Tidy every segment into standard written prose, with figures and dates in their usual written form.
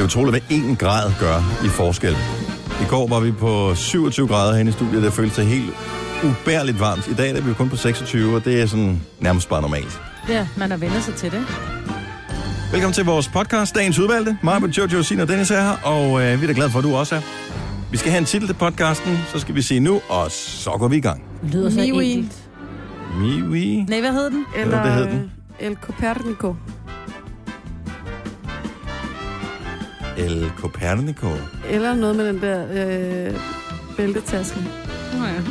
utroligt, hvad 1 grad gør i forskel. I går var vi på 27 grader herinde i studiet, det føltes helt ubærligt varmt. I dag er vi kun på 26, og det er sådan nærmest bare normalt. Ja, man har vendt sig til det. Velkommen til vores podcast, Dagens Udvalgte. Mig, Jojo, Signe og Dennis er her, og vi er da glade for, at du også er. Vi skal have en titel til podcasten, så skal vi sige nu, og så går vi i gang. Det lyder så enkelt. Miwi? Nej, hvad hed den? Eller det hed den. El Copernico. El Copernico. Eller noget med den der bæltetasken. Ja.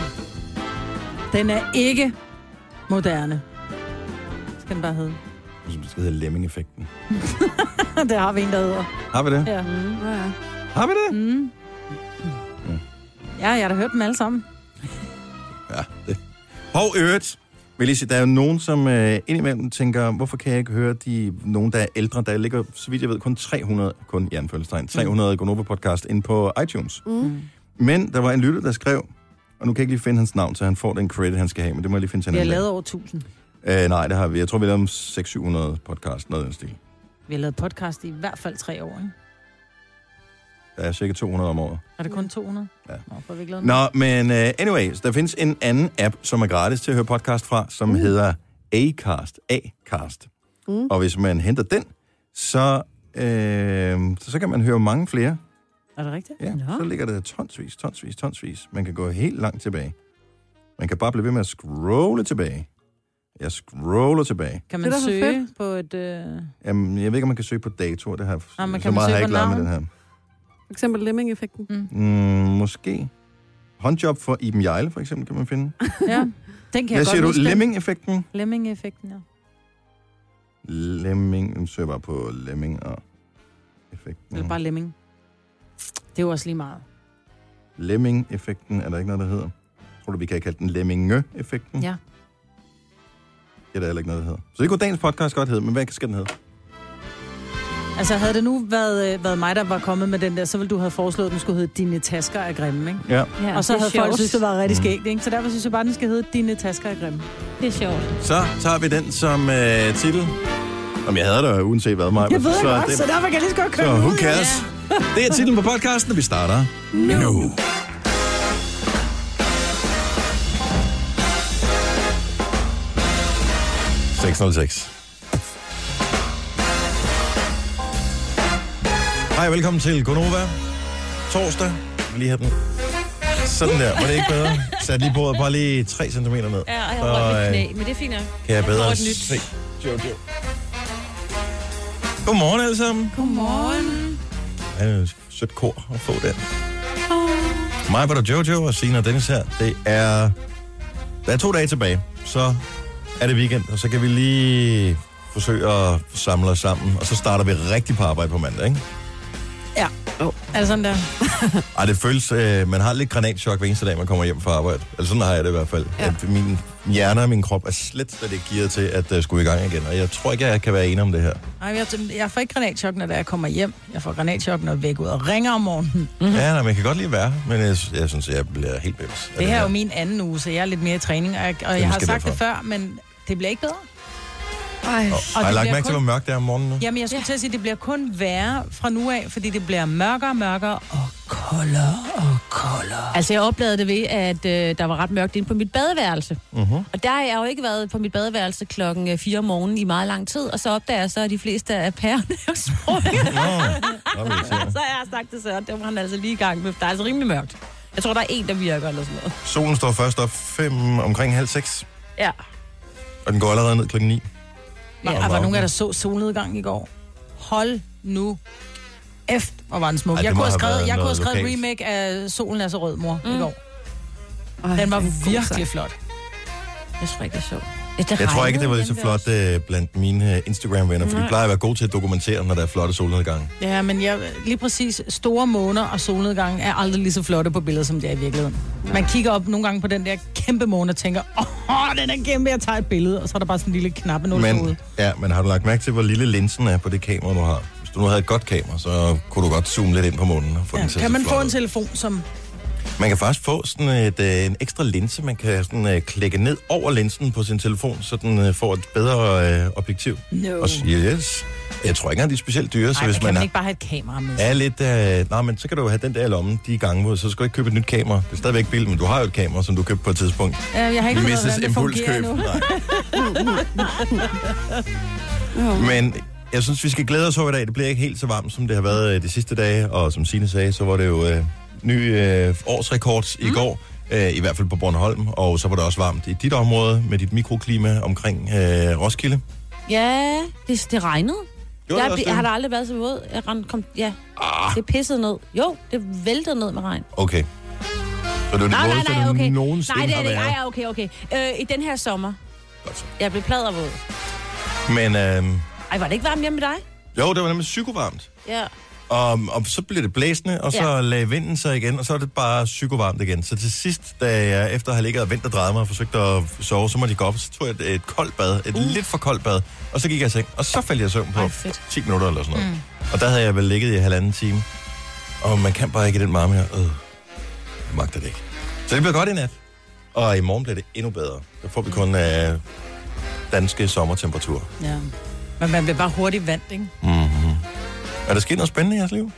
Den er ikke moderne. Skal den bare hedde. Det skal hedde Lemming-effekten. Det har vi en, der hedder. Har vi det? Ja. Ja. Har vi det? Mm. Ja, jeg har da hørt dem alle sammen. Ja, det. Hov, øvrigt. Vil jeg sige, der er jo nogen, som indimellem tænker, hvorfor kan jeg ikke høre nogen, der er ældre? Der ligger, så vidt jeg ved, kun 300, i anførselstegn, 300 Gonova-podcast inde på iTunes. Mm. Men der var en lytter, der skrev, og nu kan jeg ikke lige finde hans navn, så han får den credit, han skal have, men det må jeg lige finde til Vi har en lavet over 1000. Nej, det har vi. Jeg tror, vi har lavet om 600-700 podcast, noget af den stil. Vi har lavet podcast i hvert fald 3 år, ikke? Der er cirka 200 om året. Er det kun 200? Ja. Nå, får vi ikke lavet Nå, men anyways, der findes en anden app, som er gratis til at høre podcast fra, som hedder Acast. Og hvis man henter den, så kan man høre mange flere. Er det rigtigt? Ja, så ligger der tonsvis. Man kan gå helt langt tilbage. Man kan bare blive ved med at scrolle tilbage. Jeg scroller tilbage. Kan man det søge på et... Jamen, jeg ved ikke, om man kan søge på datoer. Det her. man Så kan meget har søge jeg på ikke lært med navn. den her. For eksempel Lemming-effekten. Måske. Håndjob for Iben Hjejle, for eksempel, kan man finde. Ja, den kan Hvad jeg siger godt du? huske. Lemming-effekten? Lemming-effekten, ja. Lemming. Nu søger jeg bare på Lemming og effekten. Eller bare lemming. Det er jo også lige meget. Lemming-effekten er der ikke noget, der hedder. Tror du, vi kan kalde den Lemminge-effekten? Ja. Det er der heller ikke noget, der hedder. Så det kunne dagens podcast godt hedde, men hvad skal den hedde? Altså, havde det nu været mig, der var kommet med den der, så ville du have foreslået, at den skulle hedde Dine tasker er grimme, ikke? Ja. Ja, Og så det er havde folk sjovt. synes, det var rigtig skægt, ikke? Så derfor synes jeg bare, den skal hedde Dine tasker er grimme. Det er sjovt. Så tager vi den som titel. Om jeg havde det uanset hvad, mig. Jeg ved det godt, så derfor kan jeg lige så godt køre Så den who ud, cares? Det er titlen på podcasten, og vi starter nu. Hej, velkommen til Gonova. Torsdag. Vi lige have den. Sådan der. Var det ikke bedre? Sat lige bordet bare lige 3 cm ned. Ja, og jeg har rødt mit knæ, men det er fint nok. Kan jeg bedre får et nyt. se? Jojo. Godmorgen alle sammen. Godmorgen. Det er et sødt kor at få den. Mig, var der Jojo og Signe og Dennis her. Der er 2 dage tilbage. Så er det weekend, og så kan vi lige forsøge at samle os sammen. Og så starter vi rigtig på arbejde på mandag, ikke? Ja. Er det sådan der? Ej, det føles... man har lidt granatchok hver eneste dag, man kommer hjem fra arbejde. Altså sådan har jeg det i hvert fald. Ja. At min hjerne og min krop er slet ikke gearet til at skulle i gang igen. Og jeg tror ikke, jeg kan være enig om det her. Nej, jeg får ikke granatchok, når jeg kommer hjem. Jeg får granatchok, når jeg vækker ud og ringer om morgenen. Ja, nej, man kan godt lige være, men jeg synes, jeg bliver helt bims. Det her er jo min anden uge, så jeg er lidt mere i træning. Og jeg har sagt derfor. det før, men det bliver ikke bedre. Ej. Har jeg lagt mærke til, hvor mørkt det er om morgenen nu? Jamen, jeg skulle til at sige, at det bliver kun værre fra nu af, fordi det bliver mørkere og mørkere og koldere. Altså, jeg oplevede det ved, at der var ret mørkt inde på mit badeværelse. Uh-huh. Og der har jeg jo ikke været på mit badeværelse 4:00 om morgenen i meget lang tid, og så opdager jeg så, at de fleste af pærerne er sprunget. Så jeg har sagt til Søren, det var han altså lige i gang med. Der er altså rimelig mørkt. Jeg tror, der er en, der virker eller sådan noget. Solen står først op omkring 5:30, Ja. og den går allerede ned 9:00. Ja, der var nogen af der så solnedgang i går. Hold nu efter, hvor var den smuk. Ej, Jeg det må kunne have have været skrevet noget remake af Solen er så rød, mor, i går. Ej, Den var det er en god virkelig sang. flot. Jeg tror ikke, det er sjovt. Jeg tror ikke, det var lige så flot blandt mine Instagram-venner, for de plejer at være gode til at dokumentere, når der er flotte solnedgange. Ja, men lige præcis store måner og solnedgang er aldrig lige så flotte på billeder, som det er i virkeligheden. Man kigger op nogle gange på den der kæmpe måne og tænker, den er kæmpe, jeg tager et billede, og så er der bare sådan en lille knappenål derude. Men har du lagt mærke til, hvor lille linsen er på det kamera, du har? Hvis du nu havde et godt kamera, så kunne du godt zoome lidt ind på månen og få den til at Kan se man flot få en ud. telefon, som Man kan faktisk få sådan en ekstra linse, man kan sådan, klikke ned over linsen på sin telefon, så den får et bedre objektiv. No. Og yes. Jeg tror ikke engang, de er specielt dyre. Så hvis kan man er, ikke bare have et kamera med? er lidt... nej, men så kan du have den der i lommen de gange, hvor så skal du ikke købe et nyt kamera. Det er stadigvæk billigt, men du har jo et kamera, som du købte på et tidspunkt. Jeg har ikke fundet ud af, hvordan det fungerer nu. Men jeg synes, vi skal glæde os over i dag. Det bliver ikke helt så varmt, som det har været de sidste dage. Og som Signe sagde, så var det jo ny årsrekord i går. I hvert fald på Bornholm. Og så var det også varmt i dit område med dit mikroklima omkring Roskilde. Ja, det regnede. Jeg har da aldrig været så våd. Det pissede ned. Jo, det væltede ned med regn. Okay. Så det var det vådeste, okay. nogensinde Nej, det er har det været. ikke. Okay. I den her sommer. Godt så. Jeg blev pladervåd. Men... Var det ikke varmt hjemme med dig? Jo, det var nemlig psykovarmt. Ja. Og så blev det blæsende, og så lagde vinden sig igen, og så er det bare psykovarmt igen. Så til sidst, da jeg efter at have ligget og ventet og drejet mig og forsøgt at sove, så måtte jeg gå op, så tog jeg et koldt bad, et lidt for koldt bad, og så gik jeg i seng, og så faldt jeg i søvn på 10 minutter eller sådan noget. Og der havde jeg vel ligget i 1,5 time, og man kan bare ikke i den varme her. Jeg magter det ikke. Så det bliver godt i nat, og i morgen bliver det endnu bedre. Der får vi kun danske sommertemperatur. Ja. Men man bliver bare hurtigt vant, ikke? Mm-hmm. Er der sket noget spændende i jeres liv?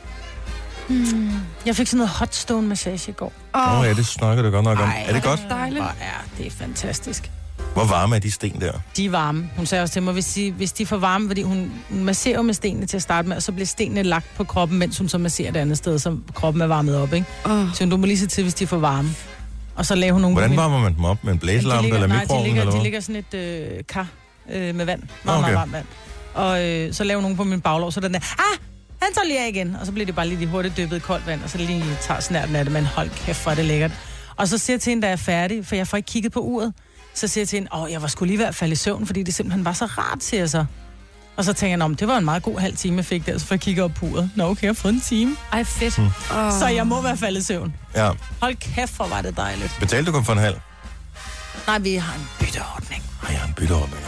Jeg fik sådan noget hot stone massage i går. Ja, det snakker du godt nok om. Er det godt? Dejligt. Ja, det er fantastisk. Hvor varme er de sten der? De er varme. Hun sagde også til mig, hvis de er for varme, fordi hun masserer med stenene til at starte med, og så bliver stenene lagt på kroppen, mens hun så masserer det andet sted, så kroppen er varmet op, ikke? Så du må lige se til, hvis de er for varme. Og så laver hun nogle... Hvordan varmer man dem op? Med en blæselampe eller mikroovn? De ligger sådan et kar med vand. Meget varmt vand. Og så laver nogen på min baglov, så den der, han tager lige af igen. Og så bliver det bare lige hurtigt dyppet i koldt vand, og så lige tager snærten af det, men hold kæft, hvor er det lækkert. Og så siger jeg til hende, da jeg er færdig, for jeg får ikke kigget på uret, så siger jeg til hende, jeg var sgu lige ved at falde i søvn, fordi det simpelthen var så rart, siger jeg så. Og så tænker jeg, det var en meget god halv time, jeg fik der, så får jeg kigget op på uret. Nå, okay, jeg har fået en time. Ej, fedt. Så jeg må være faldet i søvn. Ja. Hold kæft, hvor var det dejligt. Betalte du kun for en halv? Nej, vi har en bytteordning. Jeg har en bytteordning.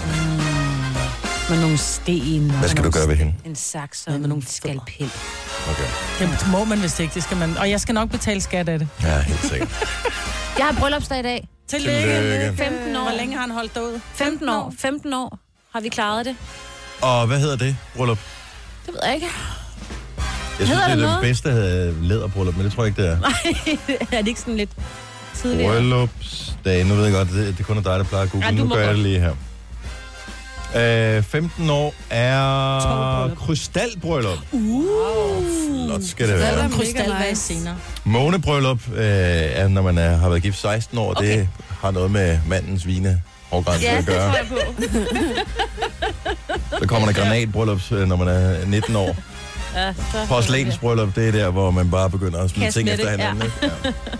Med nogle sten. Hvad skal du gøre ved hende? En saks og med nogle skalpel. Okay. Det må man vist ikke, det skal man. Og jeg skal nok betale skat af det. Ja, helt sikkert. Jeg har bryllupsdag i dag. Tillykke. 15 år. Hvor længe har han holdt derud? 15 år. 15 år har vi klaret det. Og hvad hedder det, bryllup? Det ved jeg ikke. Jeg synes, det er det bedste læderbryllup, men det tror jeg ikke, det er. Nej, er det ikke sådan lidt tidligere? Bryllupsdag. Nu ved jeg godt, det er kun dig, der plejer at google. Nu gør jeg det lige her. 15 år er krystalbryllup. Flot skal det være. Krystalvase senere. Månebryllup er, når man har været gift 16 år. Okay. Det har noget med mandens hårgrænse at gøre. Ja, det tror jeg på. Så kommer der granatbryllup, når man er 19 år. Ja, porcelænsbryllup, det er der, hvor man bare begynder at smide ting efter hinanden. Ja.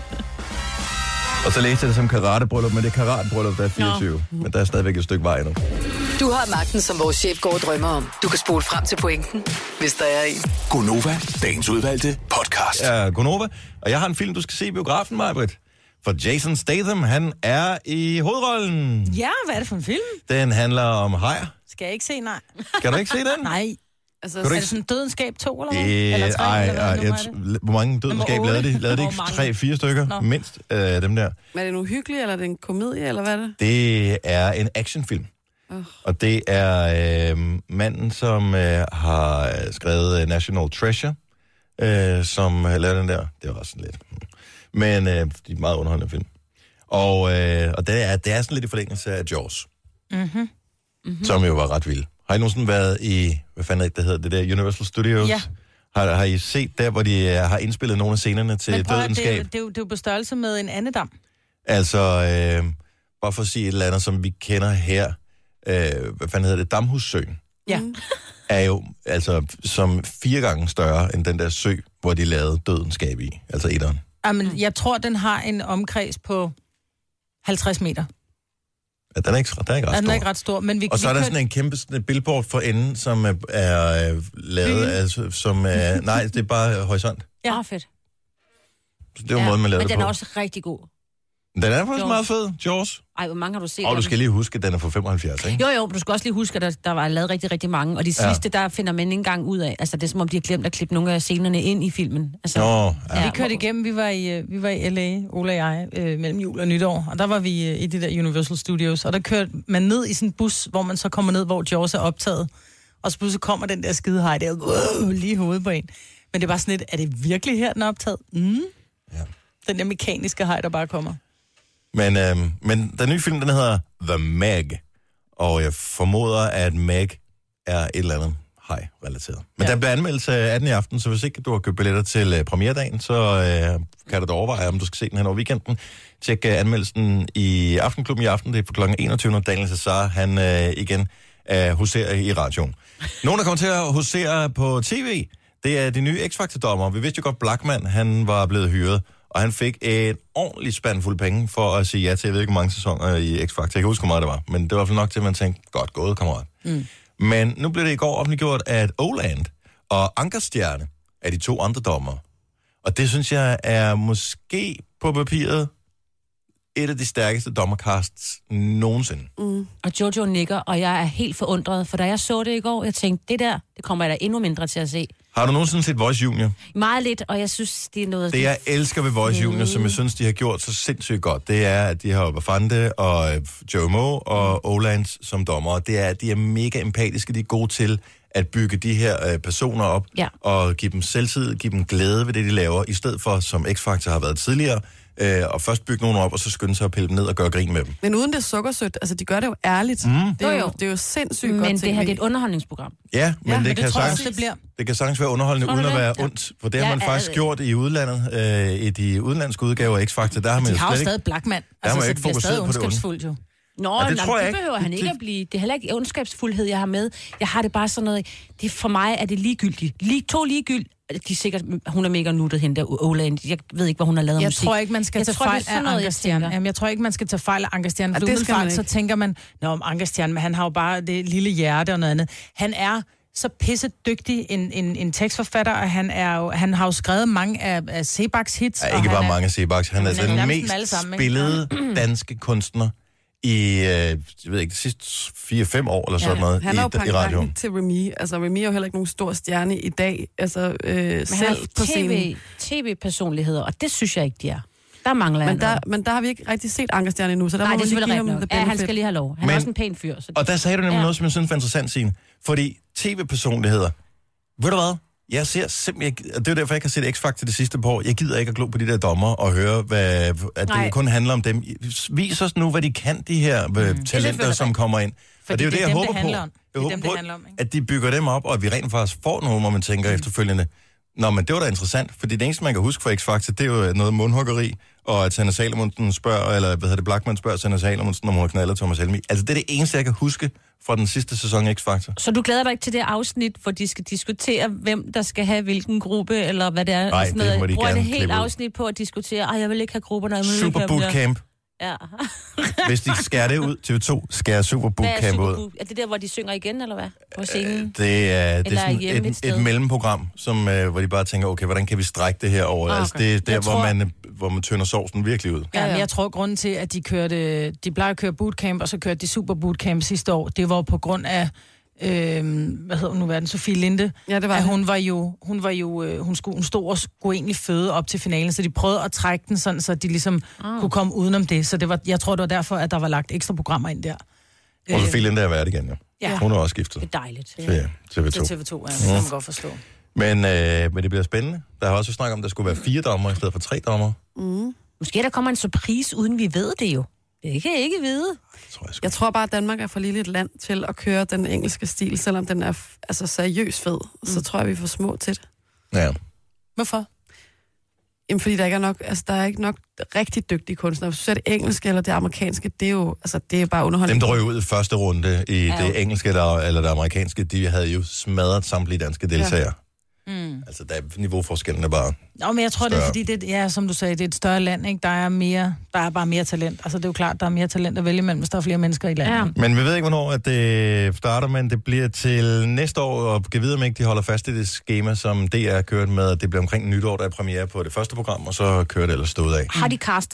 Og så læste jeg det som karatebryllup, men det er karatbryllup, der er 24. Men der er stadigvæk et stykke vej nu. Du har magten, som vores chef går og drømmer om. Du kan spole frem til pointen, hvis der er en. Gonova, dagens udvalgte podcast. Ja, Gonova. Og jeg har en film, du skal se i biografen, Maj-Brit. For Jason Statham, han er i hovedrollen. Ja, hvad er det for en film? Den handler om hajer. Skal jeg ikke se, nej. Skal du ikke se den? Nej. Altså, er det sådan Dødenskab 2, eller hvad? Eller 3, eller hvad? Hvor mange Dødenskab lavede de? Lavede de ikke 3-4 stykker? Mindst dem der. Er det en uhyggelig, eller er det en komedie, eller hvad er det? Det er en actionfilm. Og det er manden, som har skrevet National Treasure, som lavede den der. Det var også sådan lidt. Men det er en meget underholdende film. Og det er sådan lidt i forlængelse af Jaws. Som jo var ret vild. Har I nogensinde været i, hvad fanden det hedder, det der Universal Studios? Ja. Har I set der, hvor de har indspillet nogle af scenerne til Dødenskab? Det er jo på størrelse med en andedam. Altså, bare for at sige et eller andet, som vi kender her, hvad fanden hedder det, Damhussøen, er jo altså som 4 gange større end den der sø, hvor de lavede Dødenskab i, altså etteren. Jamen, jeg tror, den har en omkreds på 50 meter. Ja, den er ikke ret stor. Den er ikke ret stor, men og så er der sådan en kæmpe sådan et billboard for enden, som er lavet, altså, som nej, det er bare horisont. Ja, fedt. Så det var måden, man lavede men det den på. er også rigtig god. Den er faktisk meget fed, Jaws. Ej, hvor mange har du set? Og du skal lige huske, at den er fra 75, ikke? Jo, du skal også lige huske, at der var lavet rigtig, rigtig mange. Og de sidste, der finder man ikke engang ud af. Altså, det er som om, de har glemt at klippe nogle af scenerne ind i filmen. Altså, Vi kørte igennem, vi var i LA, Ola og jeg, mellem jul og nytår. Og der var vi i det der Universal Studios. Og der kørte man ned i sådan en bus, hvor man så kommer ned, hvor Jaws er optaget. Og så pludselig kommer den der skide hej der, lige i hovedet på en. Men det var sådan lidt, er det virkelig her, den er optaget? Ja. Den der mekaniske hej, der bare kommer. Men den nye film, den hedder The Meg. Og jeg formoder, at Meg er et eller andet hej-relateret. Men der bliver anmeldelse af den i aften, så hvis ikke du har købt billetter til premierdagen, så kan du da overveje, om du skal se den her over weekenden. Tjek anmeldelsen i Aftenklubben i aften. Det er på kl. 21, når Daniel Cesar, han igen huserer i radioen. Nogen, der kommer til at husere på tv, det er de nye X-Factor-dommer. Vi vidste jo godt, Blackman, han var blevet hyret, og han fik et ordentligt spand fuld penge for at sige ja til, jeg ved ikke, hvor mange sæsoner i X-Factor. Jeg kan huske, hvor meget det var, men det var i hvert fald nok til, at man tænkte, godt gået, kammerat. Men nu blev det i går offentliggjort, at Oland og Ankerstjerne er de 2 andre dommere. Og det synes jeg er måske på papiret et af de stærkeste dommercasts nogensinde. Og Jojo nikker, og jeg er helt forundret, for da jeg så det i går, jeg tænkte, det kommer jeg da endnu mindre til at se. Har du nogensinde set Voice Junior? Meget lidt, og jeg synes, det er noget... Det jeg elsker ved Voice Junior, som jeg synes, de har gjort så sindssygt godt, det er, at de har Bafante og Joe Moe og Oland som dommer. Det er, at de er mega empatiske, de er gode til at bygge de her personer op, og give dem selvtid, give dem glæde ved det, de laver, i stedet for, som X-Factor har været tidligere, og først bygge nogen op, og så skynde sig at pille dem ned og gøre grin med dem. Men uden det sukkersødt, altså de gør det jo ærligt. Det er jo sindssygt godt. Men det her, det er et underholdningsprogram. Ja, men det kan sagtens, det kan sagtens være underholdende, uden at være ondt. For det har man faktisk gjort i udlandet, i de udenlandske udgaver af X-Factor. Der har man de har jo stadig Blackman. Altså, så det bliver stadig ondskabsfuldt jo. Nå, det behøver han ikke at blive. Det er heller ikke ondskabsfuldhed, jeg har med. Jeg har det bare sådan noget... For mig er det ligegyldigt. To ligegyldigt. De er sikkert, hun er mega nuttet, hende der Oland. Jeg ved ikke, hvad hun har lavet musik. Jeg tror ikke, man skal tage fejl af Ankerstjerne. Jeg tror ikke, man skal tage fejl af Ankerstjerne. For umiddelbart så tænker man, om Ankerstjerne, men han har jo bare det lille hjerte og noget andet. Han er så pisse dygtig en tekstforfatter, og han har jo skrevet mange af Sebaks hits. Ja, ikke bare mange af Sebaks. Han er den mest spillede danske kunstner i, jeg ved ikke, de sidste 4-5 år, eller sådan noget, han er jo i radioen. Til Remy. Altså, Remy er jo heller ikke nogen stor stjerne i dag, altså selv på scenen. TV-personligheder, og det synes jeg ikke, de er. Der mangler men der har vi ikke rigtig set Ankerstjerne endnu, så der må vi lige give ham the benefit. Ja, han skal lige have lov. Han er også en pæn fyr. Og der sagde du nemlig noget, som jeg synes var interessant, Signe. Fordi TV-personligheder, ved du hvad? Jeg ser simpelthen, det er derfor, jeg ikke har set X-Factor det sidste par år. Jeg gider ikke at glo på de der dommer og høre, at det kun handler om dem. Vis os nu, hvad de kan, de her talenter, som kommer ind. Fordi og det er jo det, jeg håber på. Jeg håber på, at de bygger dem op, og at vi rent faktisk får nogen, hvor man tænker efterfølgende, nå, men det var da interessant, fordi det eneste, man kan huske fra X-Factor, det er jo noget mundhuggeri, og at Sanne Salomonsen spørger, eller hvad hedder det, Blackman spørger Sanne Salomonsen, om hun har knaldet Thomas Helmig. Altså, det er det eneste, jeg kan huske fra den sidste sæson af X-Factor. Så du glæder dig ikke til det afsnit, hvor de skal diskutere, hvem der skal have hvilken gruppe, eller hvad det er? Nej, det må de bruger gerne et helt klippe ud. afsnit på at diskutere, jeg vil ikke have grupperne. Super Bootcamp. Ja. Hvis de skærer det ud, TV2 skærer Super Bootcamp ud. Er det der, hvor de synger igen, eller hvad? På scenen? Det er sådan et mellemprogram, som, hvor de bare tænker, okay, hvordan kan vi strække det her over? Okay. Altså, det er der, hvor man tønder sovsen virkelig ud. Ja, men jeg tror, grunden til, at de plejer at køre bootcamp, og så kørte de Super Bootcamp sidste år, det var på grund af hvad hedder hun nu, verden, Sofie Linde, ja, det var at hun stod og skulle egentlig føde op til finalen, så de prøvede at trække den sådan, så de ligesom kunne komme udenom det. Så jeg tror, det var derfor, at der var lagt ekstra programmer ind der. Og Sofie Linde er været igen, ja. Hun er også skiftet. Det er dejligt. Til TV2. Til TV2, ja, det kan man godt forstå. Men det bliver spændende. Der har også snakket om, at der skulle være 4 dommer i stedet for 3 dommer. Måske der kommer en surprise, uden vi ved det jo. Det kan jeg ikke vide. Jeg tror bare, at Danmark er for lille et land til at køre den engelske stil, selvom den er altså seriøst fed. Så tror jeg, vi er for små til det. Ja. Hvorfor? Jamen, fordi der ikke er nok, altså der er ikke nok rigtig dygtige kunstnere. Hvis du ser det engelske eller det amerikanske, det er jo, altså det er bare underholdning. Dem, der røg ud i første runde i det engelske eller det amerikanske, de havde jo smadret samtlige danske deltagere. Altså, der er niveauforskellen bare Nå, men jeg tror, større. det er fordi, som du sagde, det er et større land, ikke? Der er bare mere talent. Altså, det er jo klart, der er mere talent at vælge imellem, hvis der er flere mennesker i landet. Ja. Men vi ved ikke, hvornår at det starter, men det bliver til næste år, og kan vide, om ikke de holder fast i det schema, som DR har kørt med, at det bliver omkring nytår, der er premiere på det første program, og så kører det ellers stået af. Har de castet?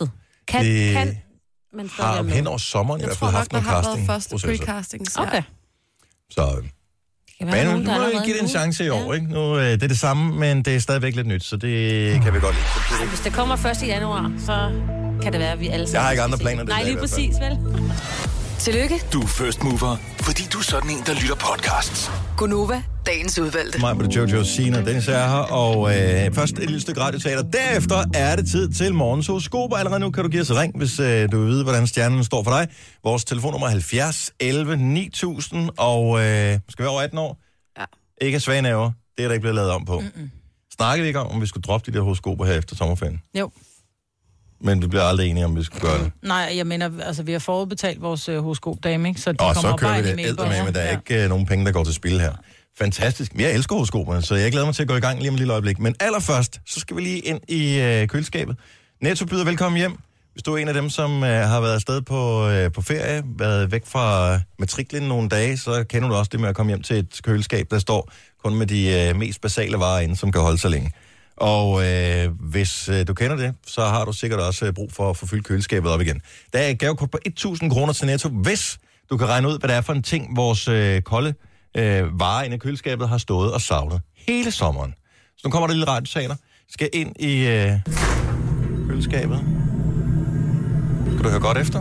Kan man har hen over sommeren i hvert fald haft nogle casting-processer. Okay. Så men nu må vi give det en chance i år, ikke? Nu, det er det samme, men det er stadigvæk lidt nyt, så det kan vi godt lide. Hvis det kommer først i januar, så kan det være, at vi alle sammen... Jeg har ikke andre planer. Nej, lige præcis, vel? Tillykke. Du er first mover, fordi du er sådan en, der lytter podcasts. Gunova, dagens udvalgte. Mig med Jojo, Signe og Dennis er her, og først et lille stykke radioteater. Derefter er det tid til morgens horoskoper. Allerede nu kan du give os et ring, hvis du vil vide, hvordan stjernen står for dig. Vores telefonnummer er 70 11 9000, og skal vi over 18 år? Ja. Ikke af svage nerver. Det er der ikke blevet lavet om på. Snakkede vi ikke om vi skulle droppe de der horoskoper her efter sommerferien? Jo. Men vi bliver aldrig enige om, vi skulle gøre det. Nej, jeg mener, altså vi har forudbetalt vores horoskopdame, ikke? Så de kommer så kører bare vi ind i det. mailboksen. Men der er ikke nogen penge, der går til spil her. Fantastisk. Jeg elsker horoskoperne, så jeg glæder mig til at gå i gang lige om et lille øjeblik. Men allerførst, så skal vi lige ind i køleskabet. Netto byder velkommen hjem. Hvis du er en af dem, som har været afsted på ferie, været væk fra matriklen nogle dage, så kender du også det med at komme hjem til et køleskab, der står kun med de mest basale varer inde, som kan holde sig længe. Og hvis du kender det, så har du sikkert også brug for at få fyldt køleskabet op igen. Der er et gavekort på 1.000 kroner til Netto, hvis du kan regne ud, hvad det er for en ting, vores kolde varer inde i køleskabet har stået og savnet hele sommeren. Så nu kommer der lille radioteater. Skal ind i køleskabet. Kan du høre godt efter?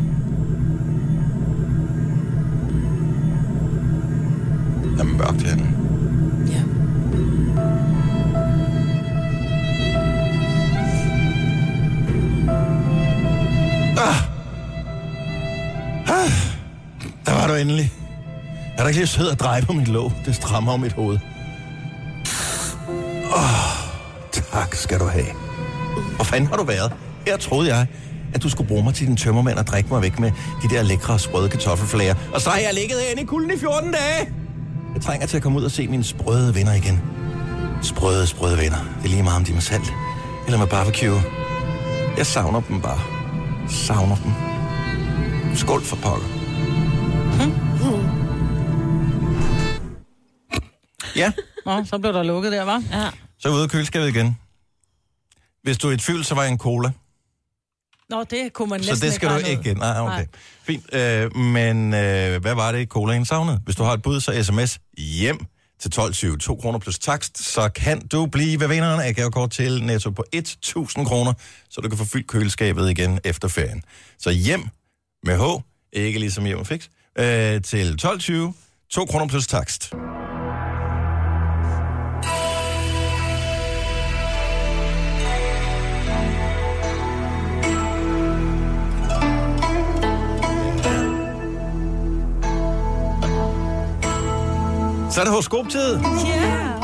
Det er mørkt herinde. Ja. Der var du endelig. Er der ikke lige sød at dreje på mit låg? Det strammer om mit hoved. Tak skal du have. Hvor fanden har du været? Her troede jeg, at du skulle bruge mig til din tømmermand og drikke mig væk med de der lækre, sprøde kartoffelflager. Og så har jeg ligget herinde i kulden i 14 dage. Jeg trænger til at komme ud og se mine sprøde venner igen. Sprøde venner. Det er lige meget om de er med salt. Eller med barbecue. Jeg savner dem bare. Savner dem. Skål for pokker. Ja. Nå, så blev der lukket der, hva'? Ja. Så er vi ude af køleskabet igen. Hvis du er i tvivl, så var jeg en cola. Nå, det kunne man næsten så det skal du ikke. Nej, okay. Nej. Fint. Men hvad var det, colaen savnede? Hvis du har et bud, så sms hjem til 12.20. 2 kroner plus takst, så kan du blive vinderen af gavekort til Netto på 1.000 kroner, så du kan få fyldt køleskabet igen efter ferien. Så hjem med H, ikke ligesom hjem og fix, til 12.20. 2 kroner plus takst. Så er det horoskoptid. Yeah.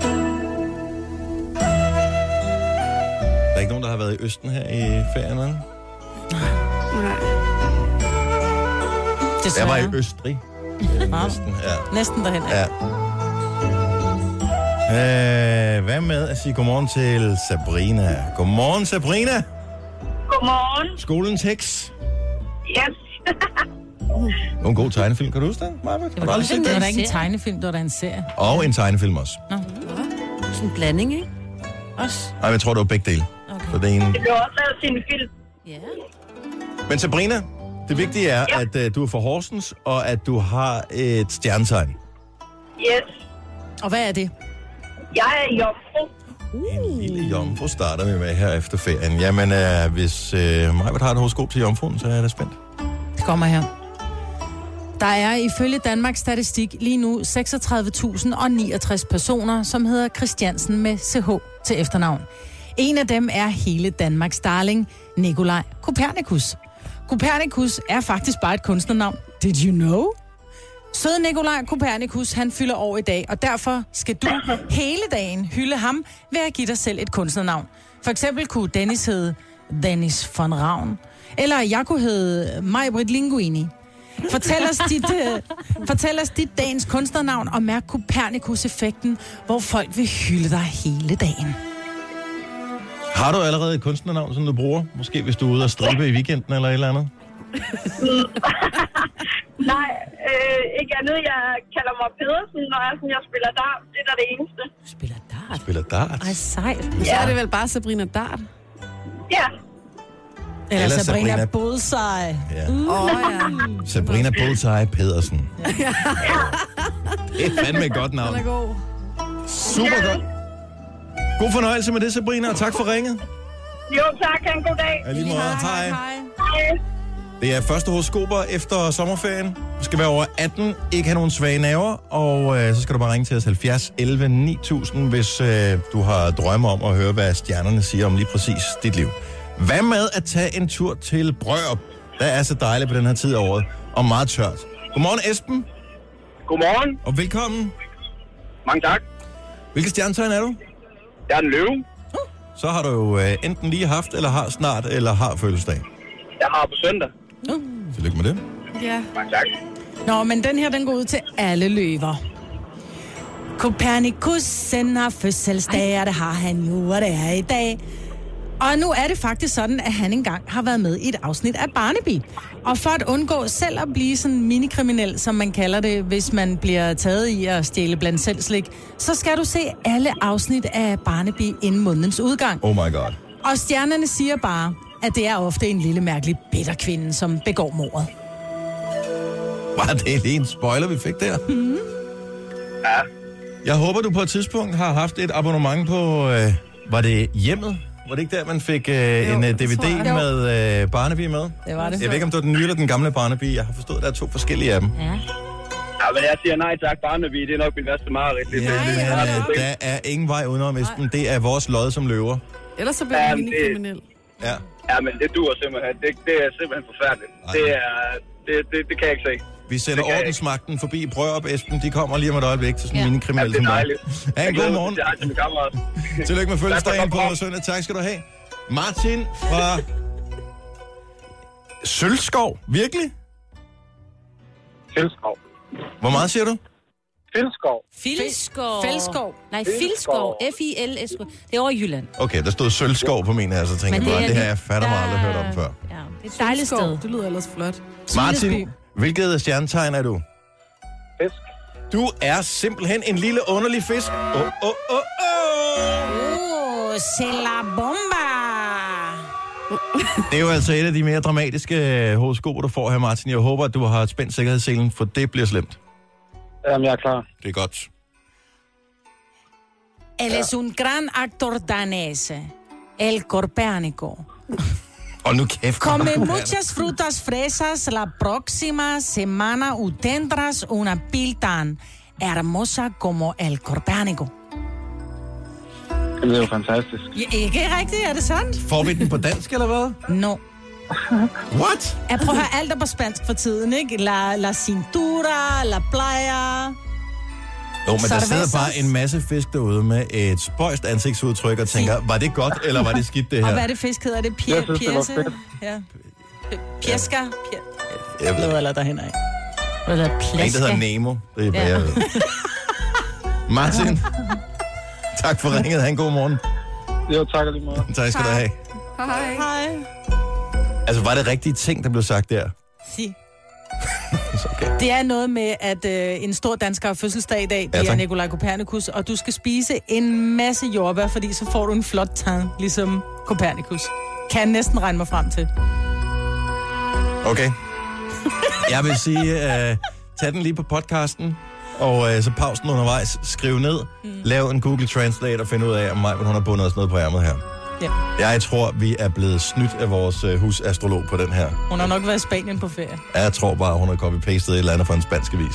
Der er ikke nogen, der har været i Østen her i ferien, vel? Nej. Jeg var i Østrig. Næsten, ja. Næsten derhen. Ja. Hvad med at sige godmorgen til Sabrina? Godmorgen, Sabrina. Godmorgen. Skolens heks. Yes. En god tegnefilm, kan du huske den, Maja? Det var da ikke en tegnefilm, det var da en serie. Og en tegnefilm også. Nå. Sådan en blanding, ikke? Også. Nej, jeg tror, det var begge dele. Okay. Så det er en... Det blev også lavet til en film. Ja. Men Sabrina, det vigtige er, at du er fra Horsens, og at du har et stjernetegn. Yes. Og hvad er det? Jeg er jomfru. En lille jomfru starter vi med her efter ferien. Jamen, hvis Maja har et horoskop til jomfruen, så er jeg da spændt. Det kommer her. Der er ifølge Danmarks Statistik lige nu 36.069 personer, som hedder Christiansen med CH til efternavn. En af dem er hele Danmarks darling, Nikolaj Kopernikus. Kopernikus er faktisk bare et kunstnernavn. Did you know? Søde Nikolaj Kopernikus, han fylder år i dag, og derfor skal du hele dagen hylde ham ved at give dig selv et kunstnernavn. For eksempel kunne Dennis hedde Dennis von Ravn, eller jeg kunne hedde Maj-Britt Linguini. Fortæl os dit dagens kunstnernavn og mærk Kopernikus-effekten, hvor folk vil hylde dig hele dagen. Har du allerede et kunstnernavn, som du bruger? Måske hvis du er ude og stribe i weekenden eller et eller andet? Nej, ikke andet. Jeg kalder mig Pedersen, når jeg spiller dart. Det er da det eneste. Spiller dart? Spiller dart? Ej, sejt. Så er det vel bare Sabrina Dart? Ja. Eller Sabrina Bullseye. Ja. Ja. Sabrina Bullseye Pedersen. Det er fandme et godt navn. Den er god. Super godt. God fornøjelse med det, Sabrina, og tak for ringet. Jo, tak. Ha' en god dag. Ja, lige måde. Hej. Hej. Det er første horoskoper efter sommerferien. Du skal være over 18, ikke have nogen svage nerver, og så skal du bare ringe til os 70 11 9000, hvis du har drømme om at høre, hvad stjernerne siger om lige præcis dit liv. Hvad med at tage en tur til Brørup? Der er så dejligt på den her tid af året, og meget tørt. Godmorgen, Esben. Godmorgen. Og velkommen. Mange tak. Hvilke stjernetegn er du? Jeg er en løve. Så har du jo enten lige haft, eller har snart, eller har fødselsdag. Jeg har på søndag. Tillykke med det. Ja. Mange tak. Nå, men den her, den går ud til alle løver. Copernicus har fødselsdag, og det har han jo, og det er i dag. Og nu er det faktisk sådan, at han engang har været med i et afsnit af Barnaby. Og for at undgå selv at blive sådan minikriminel, som man kalder det, hvis man bliver taget i at stjæle blandt selv slik, så skal du se alle afsnit af Barnaby inden månedens udgang. Oh my god. Og stjernerne siger bare, at det er ofte en lille mærkelig bitter kvinde, som begår mordet. Var det lige en spoiler, vi fik der? Mm-hmm. Ja. Jeg håber, du på et tidspunkt har haft et abonnement på... var det Hjemmet? Var det ikke der, man fik en DVD med Barnaby med? Det var det. Jeg ved ikke, om det var den nye eller den gamle Barnaby. Jeg har forstået, at der er 2 forskellige af dem. Ja. Ja, men jeg siger nej tak, Barnaby. Det er nok min værste mareridt. Der er ingen vej udenom, Esben. Det er vores lod som løver. Ellers så bliver du minikriminel. Ja. Ja, men det duer simpelthen. Det er simpelthen forfærdeligt. Det kan jeg ikke se. Vi sætter ordensmagten forbi Brørup, Esben. De kommer lige om et øjeblik til sådan en minikriminel som det er dig. dejligt. Ha' en god morgen. Jeg til min kammerat. Tillykke med fødselsdagen på søndag. Tak skal du have. Martin fra Sølskov. Virkelig? Filskov. Hvor meget siger du? Filskov. Filskov. Fældskov. Nej, Filskov. F-I-L-S-K. Det er over i Jylland. Okay, der stod Sølskov på min her, så tænker jeg bare, det her jeg fatter mig aldrig hørt om før. Ja, det er et dejligt sted. Det lyder ellers flot. Martin, hvilket stjernetegn er du? Fisk. Du er simpelthen en lille underlig fisk. C'est la bomba! Det er jo altså et af de mere dramatiske horoskoper, du får her, Martin. Jeg håber, at du har spændt sikkerhedsselen, for det bliver slemt. Jamen, jeg er klar. Det er godt. Él es un gran actor danés. El Copernico. Og nu kæft. Come muchas frutas fresas la próxima semana u tendrás una piel tan hermosa como el Copernico. Det lyder jo fantastisk. Ja, ikke rigtigt, er det sandt? Får vi den på dansk, eller hvad? No. What? Jeg prøver at høre alt er på spansk for tiden, ikke? La cintura, la playa. Jo, men Så der er det sidder hvad, bare så? en masse fisk derude med et spøjst ansigtsudtryk og tænker, var det godt, eller var det skidt, det her? Og hvad er det fisk hedder? Er det Jeg synes, det var pjæse? fedt. Ja. Pjeska? Jeg ved, Eller derhen af. Eller en, der plaska. hedder Nemo. Det er, hvad jeg ved. Martin, tak for ringet. Ha' en god morgen. Jo, tak lige meget. Tak skal du have. Hej. Hej. Altså, var det rigtige ting, der blev sagt der? Sig. Okay. Det er noget med, at en stor dansker har fødselsdag i dag. Det er tak. Nikolaj Copernicus, og du skal spise en masse jordbær, fordi så får du en flot tand, ligesom Copernicus. Kan jeg næsten regne mig frem til. Okay. Jeg vil sige, tag den lige på podcasten, og så pause den undervejs, skriv ned, lav en Google Translate og find ud af, om hun har bundet os noget på ærmet her. Ja. Jeg tror, vi er blevet snydt af vores husastrolog på den her. Hun har nok været i Spanien på ferie. Jeg tror bare, hun har copy-pastet et eller andet fra en spansk avis.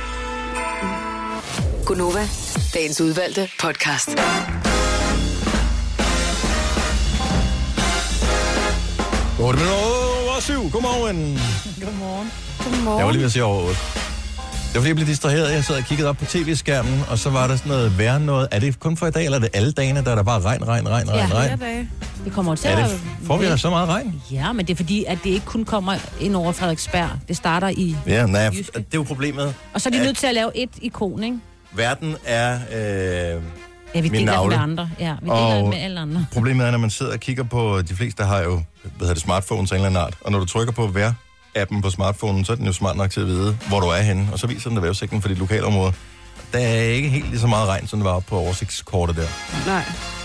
Gunova, dagens udvalgte podcast. Otte minutter over 7. Godmorgen. Godmorgen. Jeg var lige ved at sige over 8. Det var fordi, jeg blev distraheret. Jeg sad og kiggede op på tv-skærmen, og så var der sådan noget værre noget. Er det kun for i dag, eller er det alle dagene, der er der bare regn? Flere dage. Det kommer til Er at... det, får vi da så meget regn? Ja, men det er fordi, at det ikke kun kommer ind over Frederiksberg. Det starter i... Ja, nej, Jyske. det er jo problemet. Og så er de nødt til at lave et ikon, ikke? Verden er Ja, vi min deler navle. med andre. Ja, vi deler Og med alle andre. Problemet er, når man sidder og kigger på, de fleste har jo, smartphones af en eller anden art, og når du trykker på vejr-appen på smartphonen, så er den jo smart nok til at vide, hvor du er henne, og så viser den der vejrudsigten for dit lokalområde. Der er ikke helt lige så meget regn, som det var på oversigtskortet der. Nej.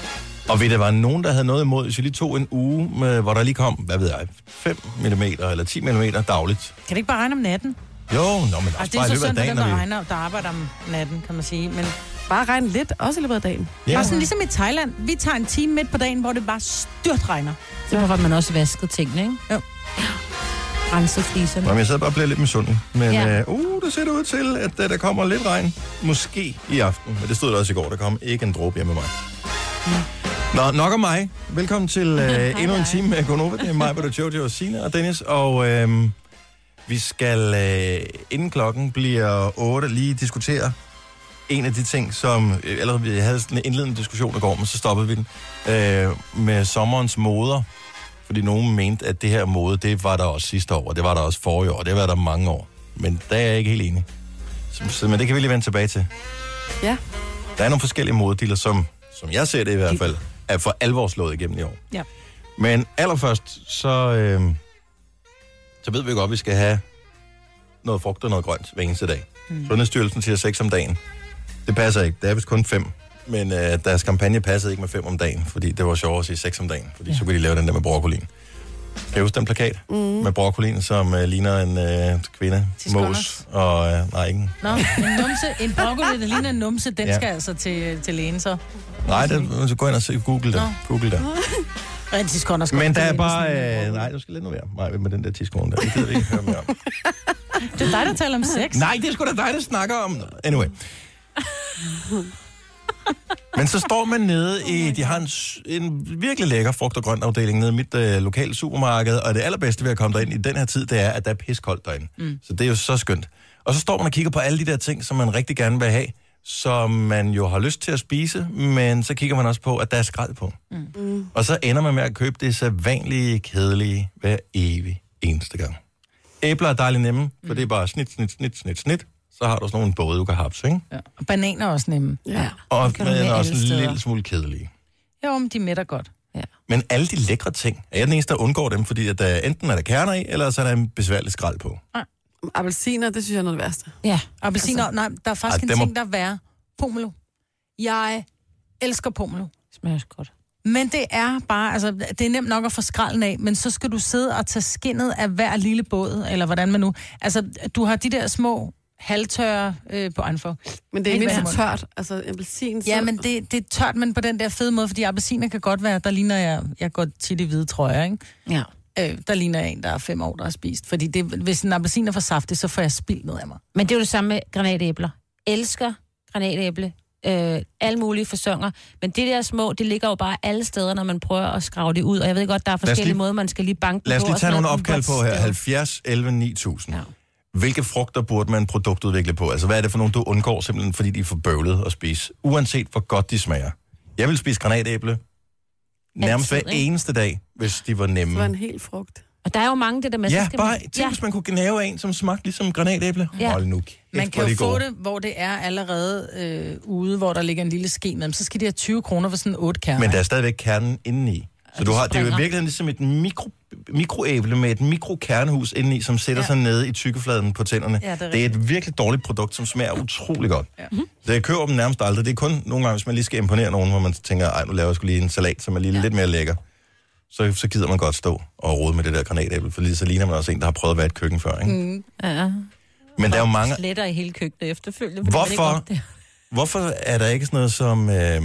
Og ved der var nogen, der havde noget imod, hvis vi lige tog en uge, hvor der lige kom, hvad ved jeg, 5 mm eller 10 mm dagligt. Kan det ikke bare regne om natten? Jo, men også Altså, det bare er i så løbet af synd dagen. for dem, der arbejder om natten, kan man sige. Men Bare regne lidt, også i løbet af dagen. Ja. bare sådan ligesom i Thailand. Vi tager en time midt på dagen, hvor det bare styrtregner. Det var, at man også vaskede tingene, ikke? Jo. Renset fliserne. Nå, men jeg sad bare og blev lidt misundelig. Men Ja. det ser det ud til, at der kommer lidt regn. Måske i aften. Men det stod der også i går. Der kom ikke en dråbe hjemme med mig. Nå, nok om mig. Velkommen til endnu en time med Gonova. Det er mig, Britta, Jojo og Signe og Dennis. Og vi skal, inden klokken bliver 8, lige diskutere en af de ting, som allerede vi havde sådan en indledende diskussion i går, men så stoppede vi den, med sommerens moder. Fordi nogen mente, at det her mode, det var der også sidste år, og det var der også forrige år, og det var der mange år. Men der er jeg ikke helt enig. Men det kan vi lige vende tilbage til. Ja. Der er nogle forskellige modediller, som jeg ser det i hvert fald, er for alvor slået igennem i år. Ja. Men allerførst, så ved vi godt, at vi skal have noget frugt og noget grønt hver eneste dag. Sundhedsstyrelsen siger 6 om dagen. Det passer ikke. Det er vist kun 5. Men deres kampagne passede ikke med 5 om dagen, fordi det var sjovt at sige 6 om dagen. Fordi så kunne de lave den der med broccolin. Kan du huske den plakat med broccolin, som ligner en kvinde? Mås. Og nej, ikke. Nå, en broccoli, der ligner en numse, den skal altså til lægen så. Nej, så gå ind og se, Google det. Google det. Men der er bare... nej, du skal lidt nu være med den der tidskone der. Det gider vi ikke høre mere om. Det er dig, der taler om sex. Nej, det er sgu da dig, der snakker om. Anyway. Men så står man nede i... De har en virkelig lækker frugt- og grøntafdeling nede i mit lokale supermarked, og det allerbedste ved at komme derind i den her tid, det er, at der er piskoldt derinde. Så det er jo så skønt. Og så står man og kigger på alle de der ting, som man rigtig gerne vil have, som man jo har lyst til at spise, men så kigger man også på, at der er skrald på. Og så ender man med at købe det sædvanlige, kedelige hver evig eneste gang. Æbler er dejligt nemme, for det er bare snit. Så har du sådan nogle både, du kan hapse, ikke? Ja. Og bananer er også nemme. Ja. Og men er også en lille smule kedelige. Jo, men de mætter godt. Ja. Men alle de lækre ting, er jeg den eneste, der undgår dem, fordi at der, enten er der kerner i, eller så er der en besværlig skrald på. Appelsiner, det synes jeg er noget af det værste. Ja. Appelsiner, altså, nej, der er faktisk en ting, der er værre. Pomelo. Jeg elsker pomelo. Smager også godt. Men det er bare, altså, det er nemt nok at få skralden af, men så skal du sidde og tage skindet af hver lille båd, eller hvordan man nu... Altså, du har de der små halvtørre på anfor. Men det er mindst tørt, altså appelsin. Ja, men det er tørt, men på den der fede måde, fordi appelsiner kan godt være, der ligner jeg går tit i hvide trøjer, ikke? Ja. Der ligner en, der er 5 år, der er spist. Fordi hvis en appelsin er for saftig, så får jeg spildt ned af mig. Men det er jo det samme med granatæbler. Elsker granatæble. Alle mulige fasonger. Men det der små, det ligger jo bare alle steder, når man prøver at skrave det ud. Og jeg ved godt, der er forskellige måder, man skal lige banke på. Lad os lige tage nogle opkald på her. 70, 11, 9000. Ja. Hvilke frugter burde man produktudvikle på? Altså, hvad er det for nogle, du undgår simpelthen, fordi de er for bøvlet at spise? Uanset hvor godt de smager. Jeg vil spise granatæble nærmest hver eneste dag, hvis de var nemme. Det var en hel frugt. Og der er jo mange det der med... Ja, bare tænk, hvis man kunne gnave en, som smagte ligesom granatæble. Ja. Hold nu. Man kan jo få det, hvor det er allerede ude, hvor der ligger en lille ske med dem. Så skal de have 20 kroner for sådan 8 kerner. Men der er stadigvæk kernen indeni. Så du har, det er jo virkelig ligesom et mikroæble med et mikrokernehus indeni, som sætter sig nede i tykkefladen på tænderne. Ja, det er et virkelig dårligt produkt, som smager utrolig godt. Ja. Så jeg køber dem nærmest aldrig. Det er kun nogle gange, hvis man lige skal imponere nogen, hvor man tænker, ej, nu laver jeg sgu lige en salat, som er lige lidt mere lækker. Så gider man godt stå og rode med det der granatæble, for så ligner man også en, der har prøvet at være et køkken før, ikke? Ja. Men der er jo mange... Sletter i hele køkkenet efterfølgende. Hvorfor er der ikke sådan noget som...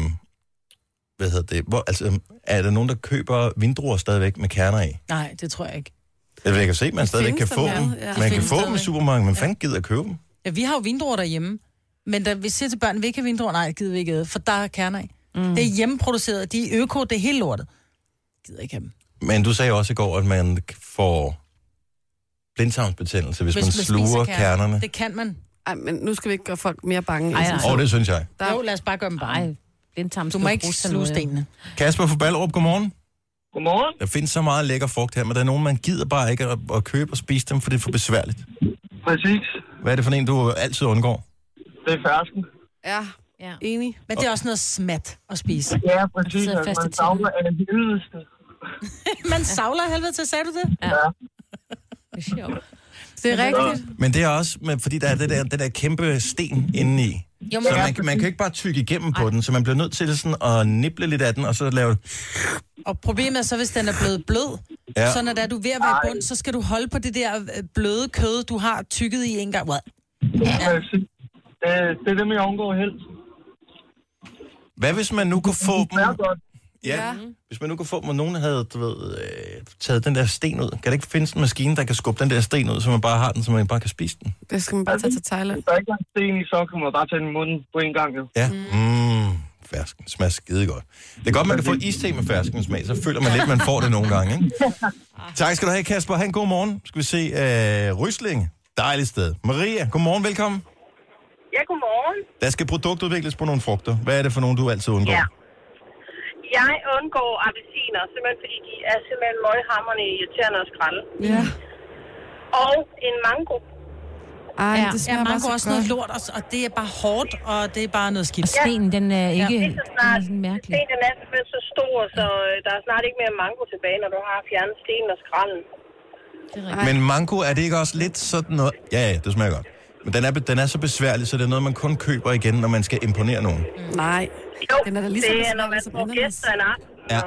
er der nogen, der køber vindruer stadigvæk med kerner i? Nej, det tror jeg ikke. Jeg kan se, at man stadigvæk kan få dem. Ja. Man kan få dem i supermarkedet, men fanden gider at købe dem. Ja, vi har jo vindruer derhjemme. Men da vi siger til børn, vi ikke har vindruer, nej, gider vi ikke æde, for der er kerner i. Det er hjemmeproduceret, de er øko, det er helt lortet. Gider ikke have dem. Men du sagde også i går, at man får blindtarmsbetændelse, hvis man sluger kernerne. Det kan man. Ej, men nu skal vi ikke gøre folk mere bange. Det synes jeg. Jo, lad os bare gøre dem bange. Du må ikke sluge stenene. Kasper fra Ballerup, godmorgen. Godmorgen. Der findes så meget lækker frugt her, men der er nogen, man gider bare ikke at købe og spise dem, for det er for besværligt. Præcis. Hvad er det for en, du altid undgår? Det er fersken. Ja, enig. Men det er også noget smat at spise. Ja, præcis. Man savler af det helvedeste. Man savler helvede til, sagde du det? Ja. Det er rigtigt. Men det er også, fordi der er det der kæmpe sten indeni. Jo, Så man kan ikke bare tygge igennem på den, så man bliver nødt til sådan at nibble lidt af den, og så lave... Og problemet er så, hvis den er blevet blød, så når du er ved at være i bund, så skal du holde på det der bløde kød, du har tygget i en gang. Ja. Det er det, jeg undgår helst. Hvad hvis man nu kunne få dem... Ja. Hvis man nu kunne få dem, og nogen havde, taget den der sten ud. Kan det ikke findes en maskine, der kan skubbe den der sten ud, så man bare har den, så man bare kan spise den? Det skal man bare tage til Thailand. Hvis der ikke er en sten i, så kan man bare tage den i munden på en gang. Jo. Ja. Fersken smager skide godt. Det er godt, man kan få iste med ferskensmag, så føler man lidt, man får det nogle gange, ikke? Tak skal du have, Kasper. Ha' en god morgen. Skal vi se Ryslinge. Dejligt sted. Maria, godmorgen, velkommen. Ja, godmorgen. Der skal produktudvikles på nogle frugter. Hvad er det for nogle, du altid undgår? Ja. Jeg undgår appelsiner, simpelthen fordi de er simpelthen møghamrende irriterende og skralde. Ja. Og en mango. Ej, det smager bare mango så også godt. noget lort, og det er bare hårdt, og det er bare noget skidt. Og stenen, den er ikke Lige så snart mærkelig. stenen er simpelthen så stor, så der er snart ikke mere mango tilbage, når du har fjernet stenen og skralden. Men mango, er det ikke også lidt sådan noget... Ja, det smager godt. Men den er så besværlig, så det er noget, man kun køber igen, når man skal imponere nogen. Nej. Jo, Den er da lige så det er, besværlig når man som får ananas. gæster en aften. Ja.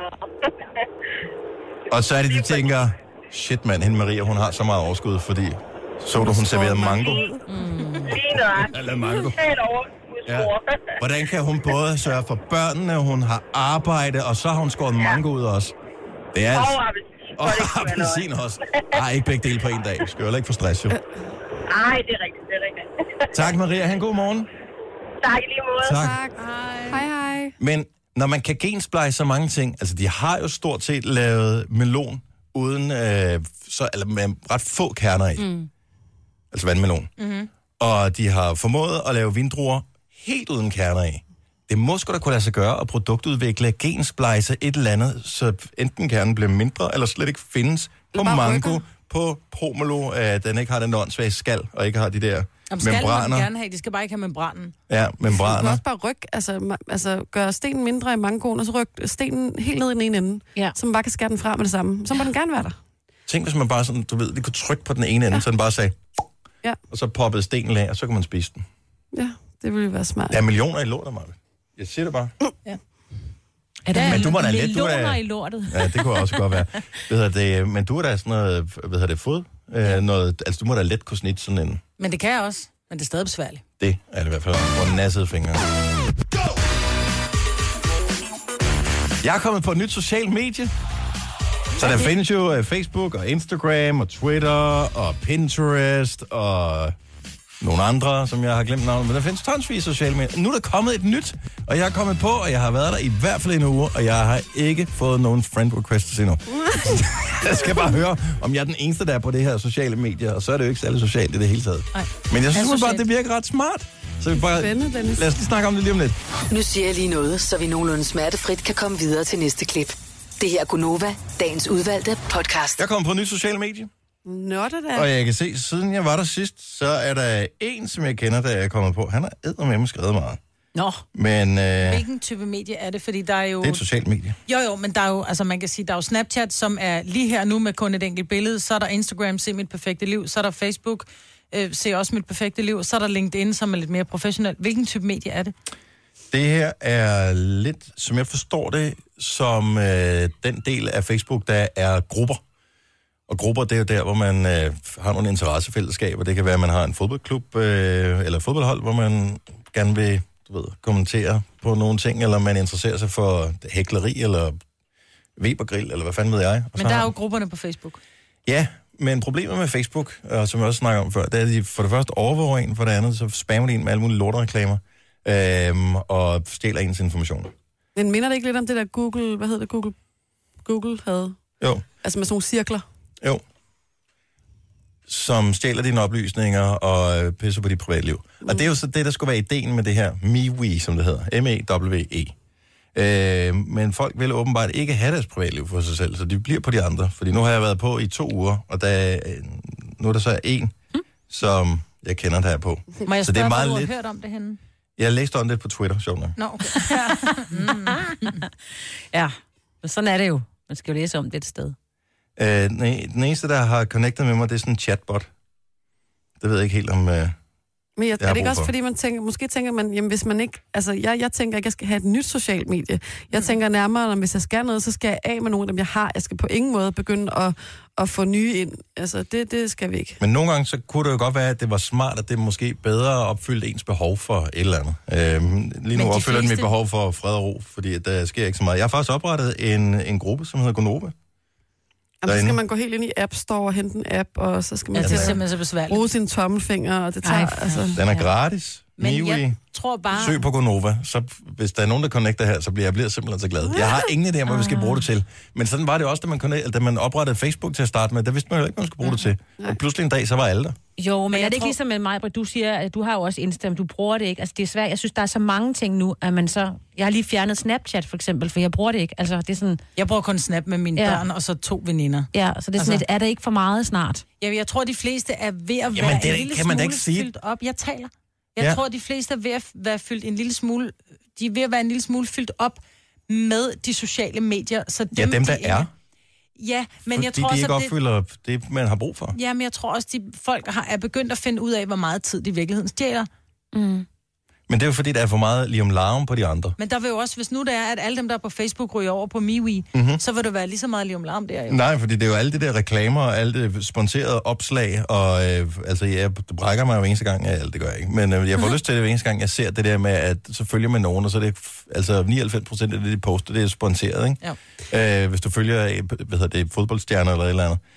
Og så er det, de tænker, shit mand, hende Maria, hun har så meget overskud, fordi så du, hun serverede mango. Lige nøjagtigt. Eller mango. Helt overskudsspor. Hvordan kan hun både sørge for børnene, hun har arbejde, og så har hun skåret mango ud også? Det er altså... Og appelsin. Og appelsin også. Ej, ikke begge dele på en dag. Skal jo ikke få stress, jo. Nej, det er rigtigt. Tak, Maria. Ha' en god morgen. Tak i lige måde. Tak. Hej. Men når man kan gensplice så mange ting, altså de har jo stort set lavet melon uden, eller med ret få kerner i. Altså vandmelon. Mm-hmm. Og de har formået at lave vindruer helt uden kerner i. Det må sgu da kunne lade sig gøre at produktudvikle, gensplice et eller andet, så enten kernen bliver mindre, eller slet ikke findes på mango, rykker. på pomelo, at den ikke har den åndssvage skal, og ikke har de der Skal membraner. man gerne have, de skal bare ikke have membranen. Ja, Du kan membraner. også bare rykke, altså gøre stenen mindre i mangoen, og så rykke stenen helt ned i den ene ende, så man bare kan skære den fra med det samme. Så må den gerne være der. Tænk, hvis man bare sådan, du ved, vi kunne trykke på den ene ende, så den bare sagde, og så poppede stenen af, og så kan man spise den. Ja, det ville være smart. Der er millioner i lortet, Marve. Jeg siger det bare. Er der Men du må da let, du millioner er... i lortet? Ja, det kunne også godt være. Men du er da sådan noget, fod? Noget, altså, du må da let kunne snitte sådan en... Men det kan jeg også. Men det er stadig besværligt. Det er det i hvert fald på nassede fingre. Jeg er kommet på et nyt socialt medie. Så der findes jo Facebook og Instagram og Twitter og Pinterest og nogle andre, som jeg har glemt navnet. Men der findes tonsvis sociale medier. Nu er der kommet et nyt, og jeg er kommet på, og jeg har været der i hvert fald en uge, og jeg har ikke fået nogen friend requests endnu. Jeg skal bare høre, om jeg er den eneste, der er på det her sociale medier, og så er det jo ikke særlig socialt i det hele taget. Nej. Men jeg synes bare, det virker ret smart. Så vi bare... Spændende, Dennis. Lad os lige snakke om det lige om lidt. Nu siger jeg lige noget, så vi nogenlunde smertefrit kan komme videre til næste klip. Det her er Gunova, dagens udvalgte podcast. Jeg kom på et nyt sociale medie, Nå, det der. og jeg kan se, siden jeg var der sidst, så er der en, som jeg kender, der er kommet på. Han har eddermame skrevet meget. Nå, Men hvilken type medie er det? Fordi der er jo... det er et socialt medie. Jo, men der er jo, altså man kan sige, der er jo Snapchat, som er lige her nu med kun et enkelt billede. Så er der Instagram, se mit perfekte liv. Så er der Facebook, se også mit perfekte liv. Så er der LinkedIn, som er lidt mere professionelt. Hvilken type medie er det? Det her er lidt, som jeg forstår det, som den del af Facebook, der er grupper. Og grupper, det er jo der, hvor man har nogle interessefællesskaber. Det kan være, at man har en fodboldklub eller fodboldhold, hvor man gerne vil, kommentere på nogle ting, eller man interesserer sig for hækleri, eller Webergrill, eller hvad fanden ved jeg. Og Men der er jo grupperne på Facebook. Ja, men problemet med Facebook, som jeg også snakker om før, det er, at de for det første overvåger en, for det andet, så spammer de en med alle mulige lortereklamer, og stjæler ens informationer. Men minder det ikke lidt om det der Google, hvad hedder det, Google havde? Jo. Altså med sådan nogle cirkler. Jo. Som stjæler dine oplysninger og pisser på dit privatliv. Og det er jo så det, der skulle være ideen med det her MeWe, som det hedder. M-E-W-E. Men folk vil åbenbart ikke have deres privatliv for sig selv, så de bliver på de andre. Fordi nu har jeg været på i 2 uger, og nu er der så en, som jeg kender, der er på. Må jeg så det er spørge, meget hvor du lidt. har hørt om det henne? Jeg læste om det på Twitter, sjovt nok. Nå, okay. Ja, men sådan er det jo. Man skal jo læse om det et sted. Den eneste, der har connectet med mig, det er sådan en chatbot. Det ved jeg ikke helt om... Men er det ikke også, fordi man tænker man, jamen hvis man ikke, altså jeg tænker ikke, jeg skal have et nyt socialt medie. Jeg tænker nærmere, at hvis jeg skal noget, så skal jeg af med nogle af dem, jeg har. Jeg skal på ingen måde begynde at få nye ind. Altså, det skal vi ikke. Men nogle gange, så kunne det jo godt være, at det var smart, at det måske bedre opfyldte ens behov for et eller andet. Lige nu opfylder den mit behov for fred og ro, fordi der sker ikke så meget. Jeg har faktisk oprettet en gruppe, som hedder Gonova. Jamen, så skal man gå helt ind i App Store og hente en app, og så skal man det er simpelthen så besværligt. Bruge sine tommelfinger, og det tager... Den er gratis. Men jeg tror bare... Søg på Gonova, så hvis der er nogen, der connecter her, så bliver jeg simpelthen så glad. Jeg har ingen idé om, hvad vi skal bruge det til. Men sådan var det også, da man oprettede Facebook til at starte med. Der vidste man jo ikke, hvad man skulle bruge det til. Og pludselig en dag, så var alle der. Jo, men er det ikke ligesom med mig, du siger, at du har jo også Insta, men du bruger det ikke. Altså, det er svært. Jeg synes, der er så mange ting nu, at man så... Jeg har lige fjernet Snapchat, for eksempel, for jeg bruger det ikke. Altså, det er sådan... Jeg bruger kun Snap med mine børn, og så 2 veninder. Ja, så det er sådan er det ikke for meget snart? Ja, jeg tror, de fleste er ved at være en lille smule fyldt op. Jeg taler. Jeg tror, de fleste er ved at være fyldt en lille smule... De er ved at være en lille smule fyldt op med de sociale medier. Så dem der er. Ja, men fordi jeg tror de også, ikke opfylder det, man har brug for. Ja, men jeg tror også, folk er begyndt at finde ud af, hvor meget tid de i virkeligheden stjæler. Mm. Men det er jo fordi, der er for meget lium larm på de andre. Men der vil jo også, hvis nu det er, at alle dem, der er på Facebook, ryger over på MeWe, så vil det være lige så meget lium larm der jo. Nej, fordi det er jo alle de der reklamer og alle det sponserede opslag, og jeg brækker mig jo eneste gang, det gør jeg ikke, men jeg får lyst til det eneste gang, jeg ser det der med, at så følger man nogen, og så er det 99% af det, de poster, det er sponseret, ikke? Ja. Hvis du følger, fodboldstjerner eller et eller andet.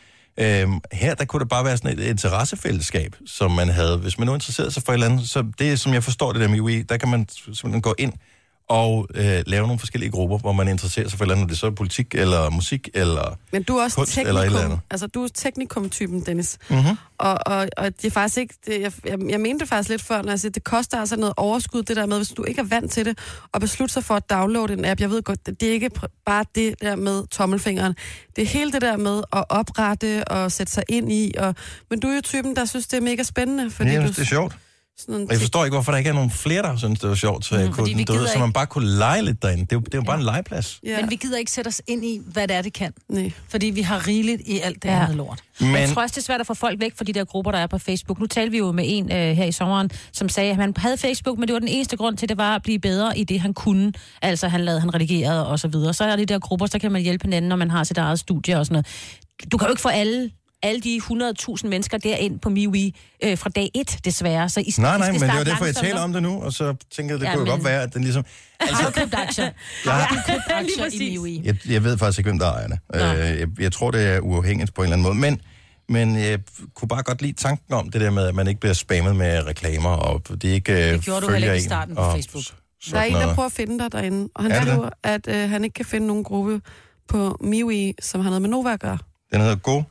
Her, der kunne det bare være sådan et interessefællesskab, som man havde. Hvis man nu interesserede sig for et eller andet, så det, som jeg forstår det der med UI, der kan man simpelthen gå ind og lave nogle forskellige grupper, hvor man interesserer sig for et eller andet, det så er politik, eller musik, eller men du er også kunst, eller et eller andet. Altså, du er teknikum-typen, Dennis. Mm-hmm. Og det er faktisk ikke... Jeg mente faktisk lidt før, når jeg siger, det koster altså noget overskud, det der med, hvis du ikke er vant til det, og beslutte sig for at downloade en app. Jeg ved godt, det er ikke bare det der med tommelfingeren. Det er hele det der med at oprette og sætte sig ind i. Men du er jo typen, der synes, det er mega spændende. Fordi det er sjovt. Og jeg forstår ikke, hvorfor der ikke er nogen flere, der synes, det var sjovt, så man bare kunne lege lidt derinde. Det er jo bare en legeplads. Ja. Men vi gider ikke sætte os ind i, hvad det er, det kan. Nej. Fordi vi har rigeligt i alt det andet lort. Men jeg tror også, det er svært at få folk væk fra de der grupper, der er på Facebook. Nu talte vi jo med en her i sommeren, som sagde, at han havde Facebook, men det var den eneste grund til, det var at blive bedre i det, han kunne. Altså, han redigerede og så videre. Så er de der grupper, så kan man hjælpe hinanden, når man har sit eget studie og sådan noget. Du kan jo ikke få alle de 100.000 mennesker derind på MeWe fra dag 1, desværre. Så nej, men det er derfor, jeg taler om det nu, og så tænker jeg, det kunne jo godt være, at den ligesom... Har du købt aktier? Har du købt aktier i MeWe? Jeg ved faktisk ikke, hvem der ejer det. Jeg tror, det er uafhængigt på en eller anden måde, men jeg kunne bare godt lide tanken om det der med, at man ikke bliver spammet med reklamer, og det ikke det gjorde du heller ikke i starten på Facebook. Der er en, der prøver at finde dig derinde, og han skriver, at han ikke kan finde nogen gruppe på MeWe, som har noget med Nova at gøre. Den hedder Go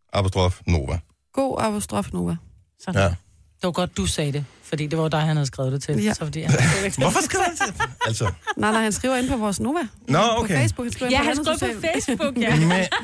_Nova. Go _Nova. Sådan. Ja. Det var godt, du sagde det, fordi det var dig, han havde skrevet det til. Ja. Så fordi hvorfor skriver han det? Altså. Nej, han skriver ind på vores Nova. Nå, okay. På Facebook. Han skriver på Facebook, ja.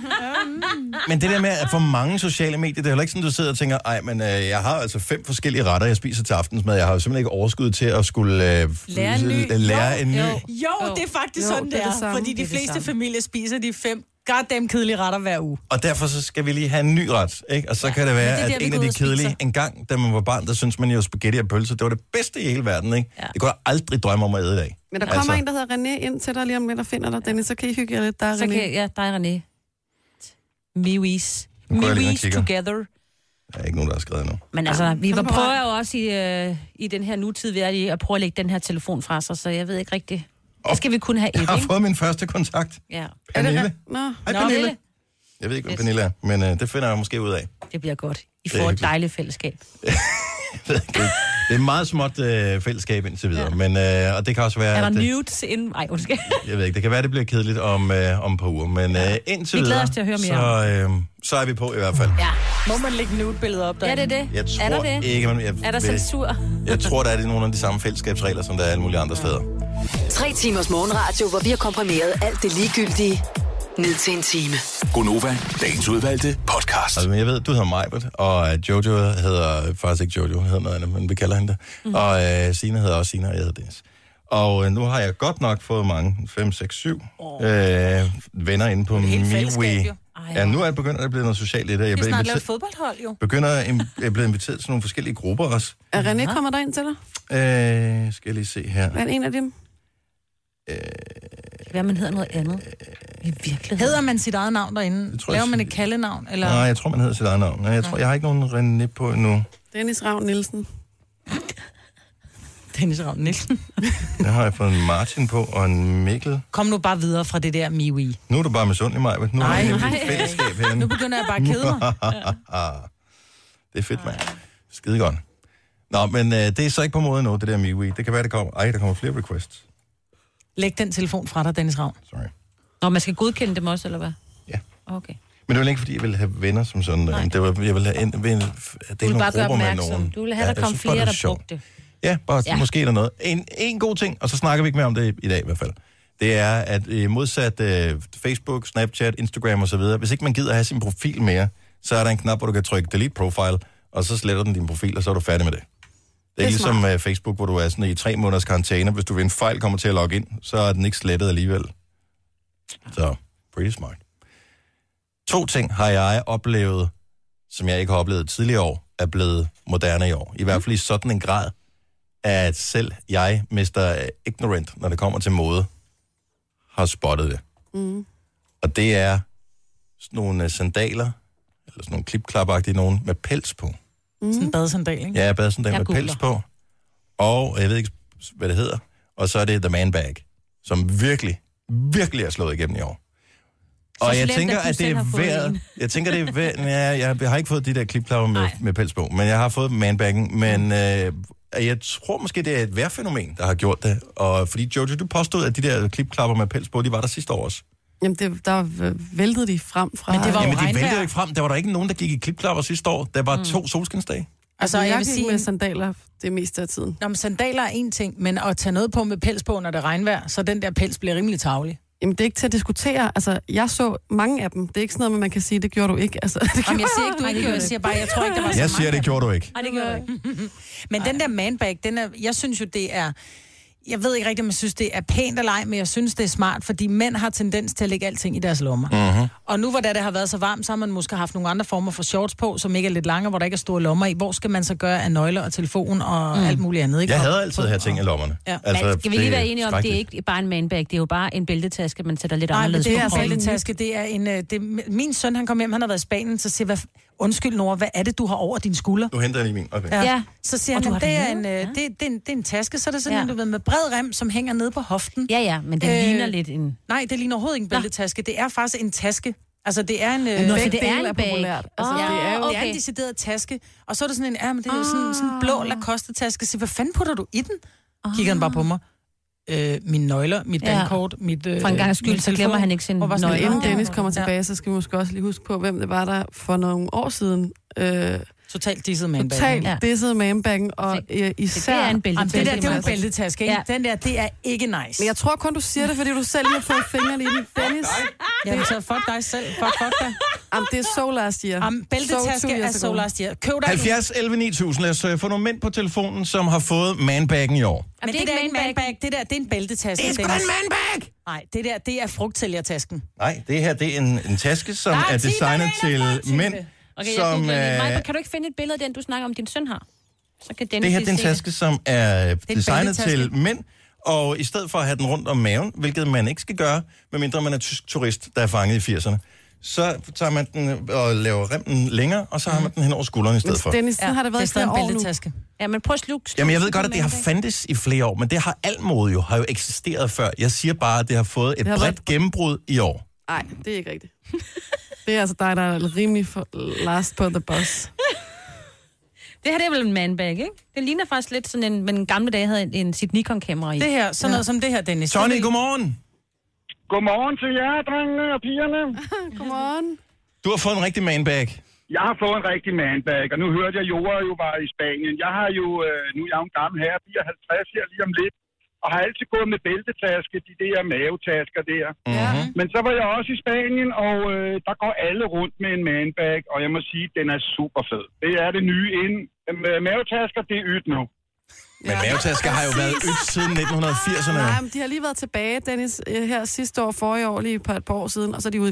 Men det der med, at for mange sociale medier, det er heller ikke sådan, du sidder og tænker, ej, men jeg har altså 5 forskellige retter, jeg spiser til aftensmad. Jeg har jo simpelthen ikke overskud til at skulle lære en ny. Jo, det er faktisk sådan, det er. Fordi de fleste familier spiser de 5 goddamn kedelige retter hver uge. Og derfor så skal vi lige have en ny ret, ikke? Og så kan det være, at en af de kedelige... En gang, da man var barn, der synes man jo spaghetti og pølse, det var det bedste i hele verden, ikke? Ja. Det kunne jeg aldrig drømme om at æde i dag. Men der kommer en, der hedder René ind til dig lige om lidt og finder dig, Dennis. Så kan I hygge jer lidt. Der er René. Ja, der er René. MeWe's together. Der er ikke nogen, der har skrevet endnu. Men altså, vi prøver jo også i den her nutid ved at prøve at lægge den her telefon fra sig, så jeg ved ikke rigtigt. Så skal vi kun have et, jeg har fået min første kontakt. Ja. Pernille. Hej, Pernille. Jeg ved ikke, hvad Pernille er, men det finder jeg måske ud af. Det bliver godt. I får et dejligt fællesskab. Det er et meget småt fællesskab indtil videre, men og det kan også være... Er der nudes inden? Ej, undskyld. Jeg ved ikke, det kan være, det bliver kedeligt om et par uger, men indtil videre... Vi glæder os til at høre mere så er vi på i hvert fald. Ja. Må man lægge nude-billeder op derinde? Ja, det er det. Jeg tror er der det? Ikke, er der censur? Jeg tror, der er nogle af de samme fællesskabsregler, som der er alle mulige andre steder. 3 timers morgenradio, hvor vi har komprimeret alt det ligegyldige ned til en time. Gonova, dagens udvalgte podcast. Altså, jeg ved, du hedder Majbert, og Jojo hedder faktisk ikke Jojo, hun hedder noget andet, men vi kalder hende det. Og Signe hedder også Signe, og jeg hedder Dennis. Og nu har jeg godt nok fået mange, 5, 6, 7 venner inde på MeWe. Ja, nu er jeg begyndt at blive noget socialt i det. Jeg snart lavet fodboldhold, jo. Jeg bliver inviteret til nogle forskellige grupper også. Er René kommet derind til dig? Skal jeg lige se her. Er en af dem? Hvad man hedder noget andet? I virkeligheden. Hedder man sit eget navn derinde? Laver man et kaldenavn? Eller? Nej, jeg tror, man hedder sit eget navn. Jeg har ikke nogen René på endnu. Dennis Ravn Nielsen. Dennis Ravn Nielsen. Der har jeg fået en Martin på og en Mikkel. Kom nu bare videre fra det der Miwi. Nu er du bare misundelig mig. Nu er jeg nemlig et fællesskab herinde. Nu begynder jeg bare at kede mig. Det er fedt, mand. Skide godt. Nå, men det er så ikke på måde nu, det der Miwi. Det kan være, der kommer flere requests. Læg den telefon fra dig, Dennis Ravn. Sorry. Nå, man skal godkende dem også, eller hvad? Ja. Okay. Men det var ikke, fordi jeg ville have venner som sådan. Det var, jeg ville have det er nogle grupper med nogen. Du ville have, der kom flere, der brugte det. Ja, bare måske der noget. En god ting, og så snakker vi ikke mere om det i dag i hvert fald. Det er, at modsat Facebook, Snapchat, Instagram osv., hvis ikke man gider have sin profil mere, så er der en knap, hvor du kan trykke Delete Profile, og så sletter den din profil, og så er du færdig med det. Det er ligesom Facebook, hvor du er sådan i 3 måneders karantæne. Hvis du ved en fejl kommer til at logge ind, så er den ikke slettet alligevel. Så, pretty smart. 2 ting har jeg oplevet, som jeg ikke har oplevet tidligere år, er blevet moderne i år. I hvert fald i sådan en grad, at selv jeg, Mr. Ignorant, når det kommer til mode, har spottet det. Mm. Og det er sådan nogle sandaler, eller sådan nogle klipklapagtige nogen, med pels på. Mm. Sådan en badesandal, ikke? Ja, badesandal med pels på. Og jeg ved ikke, hvad det hedder. Og så er det The Man Bag, som virkelig, virkelig er slået igennem i år. Og jeg tænker, at det er værd. Jeg tænker, det er værd. Ja, jeg har ikke fået de der klipklapper med pels på, men jeg har fået manbaggen. Men jeg tror måske, det er et vejrfænomen, der har gjort det. Og fordi, Jojo, du påstod, at de der klipklapper med pels på, de var der sidste år også. Jamen, der væltede de frem fra... Men det var de væltede jo ikke frem. Der var der ikke nogen, der gik i klipklapper sidste år. Der var 2 solskinsdage. Altså, jeg vil sige med sandaler det meste af tiden. Nå, men sandaler er en ting, men at tage noget på med pels på, når det regnvejr, så den der pels bliver rimelig tarvelig. Jamen, det er ikke til at diskutere. Altså, jeg så mange af dem. Det er ikke sådan noget, man kan sige, det gjorde du ikke. Altså, jeg siger ikke, du ikke gjorde. Jeg siger bare, jeg tror ikke, der var så Jeg siger, det gjorde du ikke. Nej, det gjorde du ikke. Men den der manbag, jeg synes jo, det er... Jeg ved ikke rigtig, om jeg synes, det er pænt eller ej, men jeg synes, det er smart, fordi mænd har tendens til at lægge alting i deres lommer. Uh-huh. Og nu, hvor det har været så varmt, så har man måske haft nogle andre former for shorts på, som ikke er lidt lange, hvor der ikke er store lommer i. Hvor skal man så gøre af nøgler og telefon og alt muligt andet? Ikke? Jeg havde altid her ting i lommerne. Ja. Altså, skal vi lige være enige om, det er ikke bare en manbag, det er jo bare en bæltetaske, man sætter lidt anderledes på. Nej, det er bæltetaske. Det er en... min søn, han kom hjem, han har været i Spanien, så siger undskyld, Nora, hvad er det, du har over din skulder? Du henter lige min. Okay. Ja. Så siger han, det er en taske, så er det sådan, du ved, med bred rem, som hænger nede på hoften. Ja, men det ligner lidt en... Nej, det ligner overhovedet ikke en bæltetaske. Det er faktisk en taske. Altså, det er en... det er populært. Altså, det er en decideret taske. Og så er der sådan en... men det er jo sådan en blå Lacoste-taske. Så hvad fanden putter du i den? Kigger han bare på mig. Mine nøgler, mit dankort, mit for en gang skyld, så glemmer han ikke sin nøgler. Inden Dennis kommer tilbage, så skal vi måske også lige huske på, hvem det var, der for nogle år siden... Totalt disset manbaggen. Totalt disset manbaggen, og især... Det er en bæltetaske. Det der, det er en bæltetaske, ikke? Ja. Den der, det er ikke nice. Men jeg tror kun, du siger det, fordi du selv har fået fingrene i den. Dennis. Jamen, så fuck dig selv. Fuck dig. Jamen, det er so last year. Bæltetaske er so last year. Køb dig 70 11 9000. Lad os få nogle mænd på telefonen, som har fået manbaggen i år. Men det er ikke en manbag. Det der, det er en bæltetaske. Det er sgu en manbag! Nej, det der, det er frugtsælgertasken. Nej, det her, det er en taske, som er designet til mænd. Okay, som, Michael, kan du ikke finde et billede af den, du snakker om, din søn har? Så kan det her er en taske, som er designet til mænd, og i stedet for at have den rundt om maven, hvilket man ikke skal gøre, medmindre man er tysk turist, der er fanget i 80'erne, så tager man den og laver remmen længere, og så har man den hen over skulderen i stedet for. Dennis, har det været i flere år nu. Ja, men prøv at slukke. Jamen, jeg ved godt, at det har fandtes i flere år, men det har almode jo, har jo eksisteret før. Jeg siger bare, at det har fået et bredt gennembrud i år. Nej, det er ikke rigtigt. Det er altså dig, der er rimelig last på the bus. Det her, det er vel en manbag, ikke? Det ligner faktisk lidt sådan en... Men gamle dage havde en sit Nikon-kamera i. Det her, sådan noget som det her, Dennis. Tony, godmorgen. Godmorgen til jer, drengene og pigerne. Godmorgen. Du har fået en rigtig manbag. Jeg har fået en rigtig manbag, og nu hørte jeg, at Jora jo var i Spanien. Jeg har jo, nu er jeg jo en gammel herre, 54 her lige om lidt, og har altid gået med bæltetaske, de der mavetasker der. Mm-hmm. Men så var jeg også i Spanien, og der går alle rundt med en manbag, og jeg må sige, at den er super fed. Det er det nye ind. Mavetasker, det er ydt nu. Men mavetasker har jo været ydt siden 1980'erne. Nej, men de har lige været tilbage, Dennis, her sidste år, forrige år, lige på et par år siden, og så er de ude igen.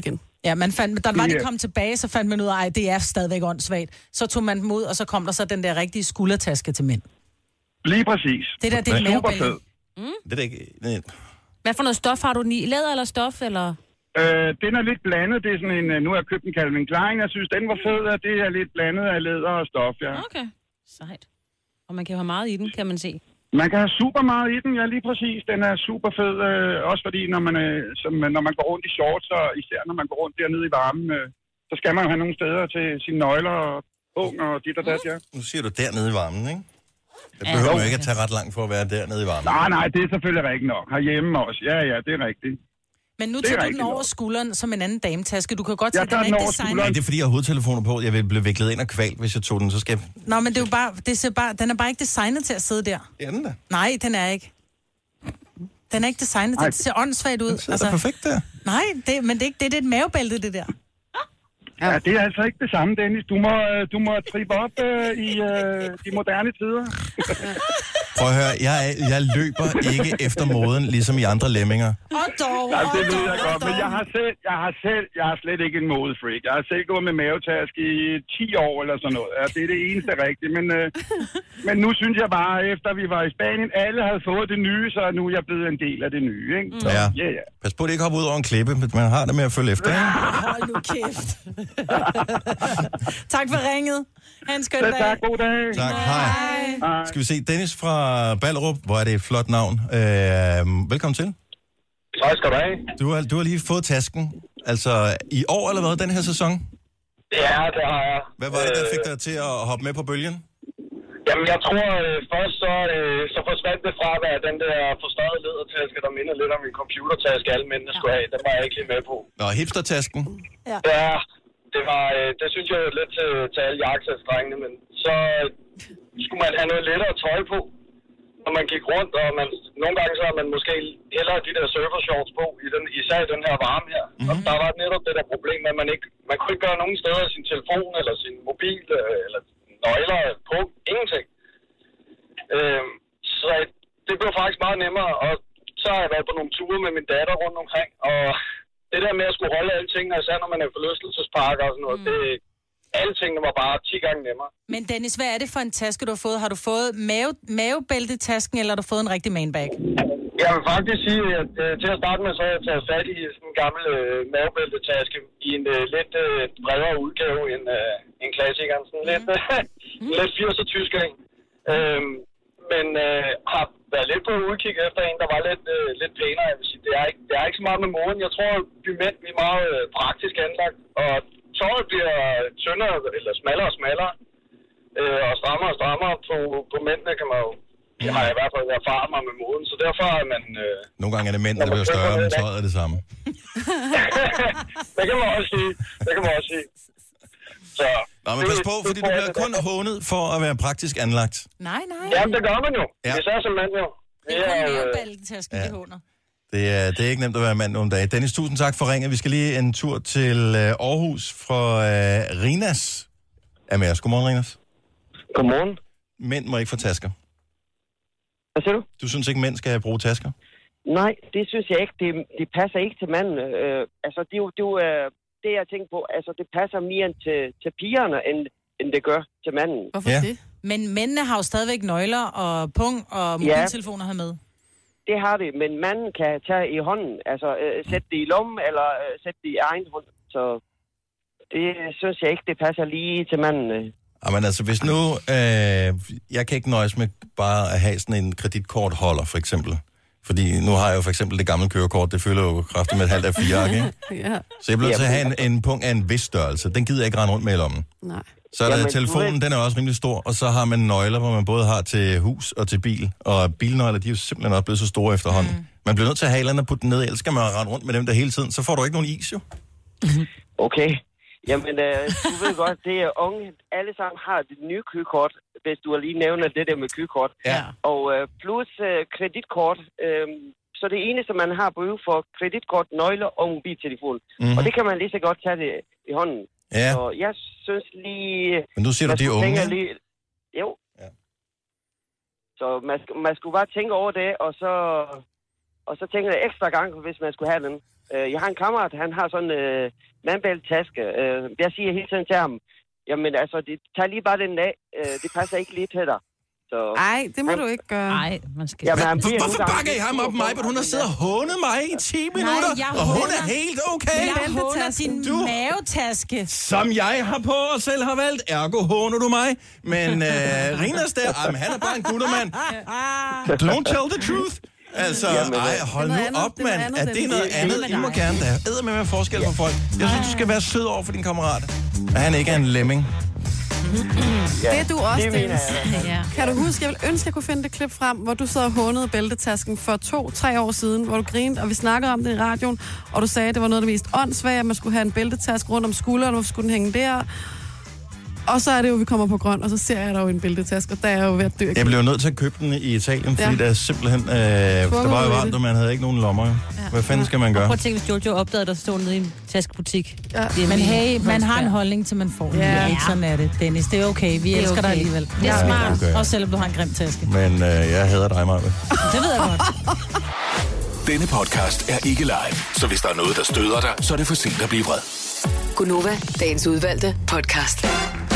Ja, der var de kom tilbage, så fandt man ud af, at det er stadigvæk åndssvagt. Så tog man dem ud, og så kom der så den der rigtige skuldertaske til mænd. Lige præcis. Det der, det er superfed. Det er ikke... Hvad for noget stof har du i? Læder eller stof, eller? Den er lidt blandet. Det er sådan en... Nu har jeg købt en Calvin Klein. Jeg synes, den var fed, og det er lidt blandet af læder og stof, ja. Okay. Sejt. Og man kan jo have meget i den, kan man se. Man kan have super meget i den, ja, lige præcis. Den er super fed, også fordi, når man går rundt i shorts, og især når man går rundt dernede i varmen, så skal man jo have nogle steder til sine nøgler og ung og dit og dat, ja. Nu siger du dernede i varmen, ikke? Det behøver man jo ikke at tage ret langt for at være dernede i varmen. Nej, det er selvfølgelig rigtigt nok. Herhjemme også. Ja, det er rigtigt. Men nu tager du den over skulderen som en anden dametaske. Du kan godt se, den er ikke designet. Nej, det er fordi, jeg har hovedtelefoner på. Jeg vil blive viklet ind og kvalt, hvis jeg tog den, så skal jeg... Nå, men det er jo bare, den er bare ikke designet til at sidde der. Ja, den da. Nej, den er ikke. Den er ikke designet til. Det ser åndssvagt ud. Den sidder perfekt der. Nej, men det er et mavebælte, det der. Ja, det er altså ikke det samme, Dennis. Du må trippe op i de moderne tider. Prøv at høre, jeg løber ikke efter moden, ligesom i andre lemminger. Nej, det ved jeg godt, men jeg har slet ikke en modefreak. Jeg har selv gået med mavetaske i 10 år eller sådan noget. Ja, det er det eneste rigtige, men nu synes jeg bare, efter vi var i Spanien, alle havde fået det nye, så nu er jeg blevet en del af det nye, ikke? Så, ja. Yeah. Pas på, at det ikke hopper ud over en klippe, men man har det med at følge efter, ikke? Hold nu kæft. Tak for ringet. Ha' en skøn dag. Tak, god dag. Tak, hej. Skal vi se, Dennis fra Ballerup, hvor er det et flot navn. Velkommen til. Tak skal du have. Du har lige fået tasken. Altså, i år eller hvad, den her sæson? Ja, det har jeg. Hvad var det, der fik dig til at hoppe med på bølgen? Jamen, jeg tror først så forsvandt det fra, at den der forstørrede ledertaske, der minder lidt om en computertaske, alle mændene skulle have, den var jeg ikke lige med på. Nå, hipstertasken? Ja, det synes jeg jo lidt til alle jakkesætsdrengene, men så skulle man have noget lettere tøj på, når man gik rundt, og nogle gange så har man måske hellere de der surfershorts på, især i den her varme her. Mm-hmm. Og der var netop det der problem, at man kunne ikke gøre nogen steder sin telefon, eller sin mobil, eller nøgler på. Ingenting. Så det blev faktisk meget nemmere, og så har jeg været på nogle ture med min datter rundt omkring, og det der med at skulle holde alle tingene, især når man er i forlystelsesparker og sådan noget, alle tingene var bare 10 gange nemmere. Men Dennis, hvad er det for en taske, du har fået? Har du fået mavebæltetasken, eller har du fået en rigtig manbag? Jeg vil faktisk sige, at til at starte med, så har jeg taget fat i sådan en gammel mavebæltetaske i en lidt bredere udgave end klassikeren. Sådan lidt 80'er tysk en. Men har været lidt på udkig efter en, der var lidt pænere. Jeg vil sige, det er ikke så meget med moden. Jeg tror, vi mænd er meget praktisk anlagt, og tøjet bliver tyndere, eller smallere og smallere, og strammere på mændene, kan man jo. Det har jeg i hvert fald erfaret mig med moden, så derfor er man... Nogle gange er det mænd, der bliver større, men tøjet er det samme. Det kan man også sige. Så, nå, men pas på, fordi du bliver kun hånet for at være praktisk anlagt. Nej. Ja, det gør man jo. Ja. Især som mand jo. Det er kun mavebæltetasken, de håner. Det er ikke nemt at være mand nogle dage. Dennis, tusind tak for ringet. Vi skal lige en tur til Aarhus fra Rinas. Er med os. Godmorgen, Rinas. Godmorgen. Mænd må ikke få tasker. Hvad siger du? Du synes ikke, mænd skal bruge tasker? Nej, det synes jeg ikke. Det passer ikke til manden. Altså, det er jo det, jeg tænker på. Altså, det passer mere til pigerne, end det gør til manden. Hvorfor det? Men mændene har jo stadigvæk nøgler og pung og mobiltelefoner her med. Det har det, men manden kan tage i hånden. Altså, sætte det i lommen, eller sætte det i egen hånd. Så det synes jeg ikke, det passer lige til manden. Men altså, hvis nu... jeg kan ikke nøjes med bare at have sådan en kreditkortholder, for eksempel. Fordi nu har jeg jo for eksempel det gamle kørekort, det fylder jo kraftigt med et halvt af 4, ikke? Ja. Så jeg bliver nødt til at have en punkt af en vis størrelse. Den gider jeg ikke rende rundt med i lommen. Nej. Så er der telefonen, den er også rimelig stor, og så har man nøgler, hvor man både har til hus og til bil. Og bilnøgler, de er jo simpelthen også blevet så store efterhånden. Man bliver nødt til at have et eller andet at putte den ned, ellers skal man rende rundt med dem der hele tiden. Så får du ikke nogen is, jo. Okay. Jamen, du ved godt, det er unge. Alle sammen har det nye kørekort, hvis du lige nævner det der med kørekort. Ja. Og plus kreditkort. Så det eneste, man har brug for, kreditkort, nøgler og mobiltelefon. Mm-hmm. Og det kan man lige så godt tage det i hånden. Ja. Så jeg synes lige... Men nu siger du, de unge? Jo. Ja. Så man skulle bare tænke over det, og så tænke det ekstra gang, hvis man skulle have den. Jeg har en kammerat, han har sådan en mandbæltetaske. Jeg siger hele tiden til ham, jamen altså, tag lige bare den af. Det passer ikke lige til dig. Nej, det må du ikke gøre. Nej, man skal... Hvorfor bakker I ham op mig, men hun har siddet og hånet mig i 10 minutter, og hun er helt okay. Jeg håner din mavetaske. Som jeg har på og selv har valgt, ergo håner du mig. Men Rinas der, han er bare en guttermand. Don't tell the truth. Altså, hold nu op, mand. Er det noget andet? I må gerne da. Æder med forskel på folk. Jeg synes, du skal være sød over for din kammerat. At han ikke er en lemming. Det er du også, Dennis. Kan du huske, jeg vil ønske, at jeg kunne finde det klip frem, hvor du sad og hånede bæltetasken for 2-3 år siden, hvor du grinede, og vi snakkede om det i radioen, og du sagde, at det var noget af det mest åndssvage, at man skulle have en bæltetaske rundt om skulderen, hvorfor skulle den hænge der? Og så er det jo, vi kommer på grøn, og så ser jeg der jo en bæltetaske, og der er jeg jo ved at dø. Jeg blev nødt til at købe den i Italien, fordi der er simpelthen... der var jo varmt, og man havde ikke nogen lommer. Hvad fanden skal man gøre? Prøv at tænke, hvis Jojo opdagede, der stod nede i en taskebutik. Ja. Men hey, man har en holdning til, man får den. Ja. Ikke sådan er det, Dennis. Det er okay. Vi elsker dig alligevel. Det er smart. Okay. Også selvom du har en grim taske. Men jeg hader dig, Maja. Det ved jeg godt. Denne podcast er ikke live, så hvis der er noget, der støder dig, så er det for sent at blive vred. Gunova, dagens udvalgte podcast.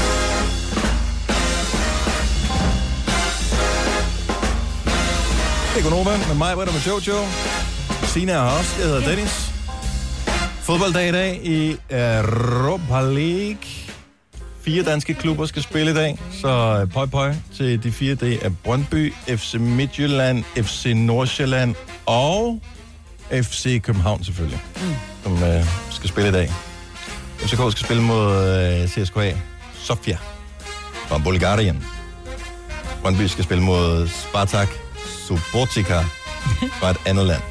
Det er Gunova med mig, Britta, med Jojo. Sina er også. Jeg hedder Dennis. Fodbolddag i dag i Europa League. 4 danske klubber skal spille i dag, så pøj til de 4. Det er Brøndby, FC Midtjylland, FC Nordsjælland og FC København selvfølgelig, som skal spille i dag. FCK skal spille mod CSKA Sofia fra Bulgarien. Brøndby skal spille mod Spartak Subotica fra et andet land.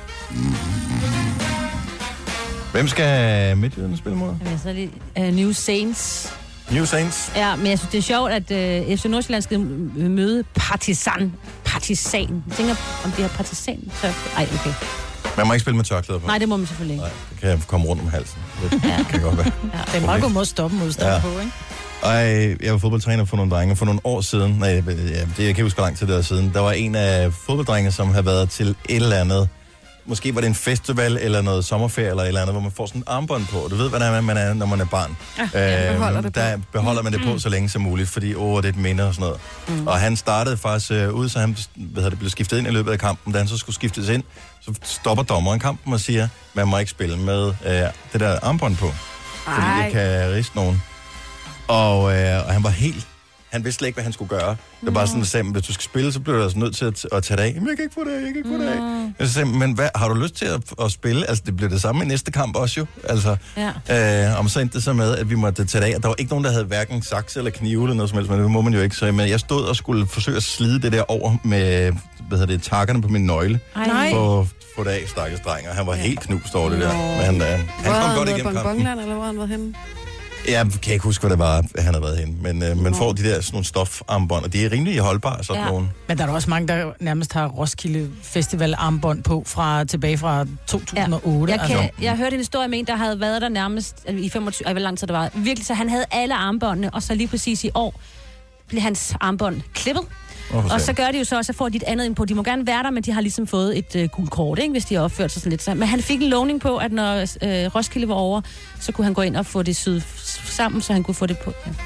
Hvem skal Midtjylland spille mod? Jamen, så er det New Saints. New Saints? Ja, men jeg synes, det er sjovt, at FC Nordsjælland skal møde Partisan. Jeg tænker, om de har partisan. Ej, okay. Man må ikke spille med tørklæder på. Nej, det må man selvfølgelig ikke. Nej, det kan komme rundt om halsen. Det kan godt være. Ja, det er en meget god måde at stoppe modstand på, ikke? Jeg var fodboldtræner for nogle drenge for nogle år siden. Nej, jeg kan ikke huske, hvor lang tid det var siden. Der var en af fodbolddrenge, som havde været til et eller andet. Måske var det en festival eller noget sommerferie eller et eller andet, hvor man får sådan en armbånd på. Du ved, hvordan man er, når man er barn. Der beholder man det på så længe som muligt, fordi det er et minde og sådan noget. Og han startede faktisk ud, så han blev skiftet ind i løbet af kampen. Da han så skulle skiftes ind, så stopper dommeren kampen og siger, man må ikke spille med det der armbånd på. Fordi det kan riste nogen. Og han var helt... Han vidste slet ikke, hvad han skulle gøre. Det var bare sådan, at hvis du skal spille, så bliver du altså nødt til at tage det af. Men jeg kan ikke få det af, jeg kan ikke få det af. Jeg sagde, men hvad, har du lyst til at spille? Altså, det bliver det samme i næste kamp også jo. Altså, og så endte det så med, at vi måtte tage det af. Og der var ikke nogen, der havde hverken saks eller knive eller noget som helst, men det må man jo ikke. Så jeg stod og skulle forsøge at slide det der over med, takkerne på min nøgle. For få det af, stakkels dreng. Og han var helt knust over det der. Men han kom godt igennem kampen. Eller hvor han var henne? Jeg kan ikke huske, hvad det var, han havde været henne. Men man får de der sådan nogle stofarmbånd, og de er rimelig holdbare, sådan nogle. Men der er også mange, der nærmest har Roskilde Festival armbånd på tilbage fra 2008. Jeg hørte en historie med en, der havde været der nærmest i 25, hvor lang tid det var. Virkelig, så han havde alle armbåndene, og så lige præcis i år blev hans armbånd klippet. Og så gør de jo så får de et andet ind på. De må gerne være der, men de har ligesom fået et gult kort, ikke, hvis de har opført sig sådan lidt. Men han fik en lovning på, at når Roskilde var over, så kunne han gå ind og få det syet sammen, så han kunne få det på. Ja.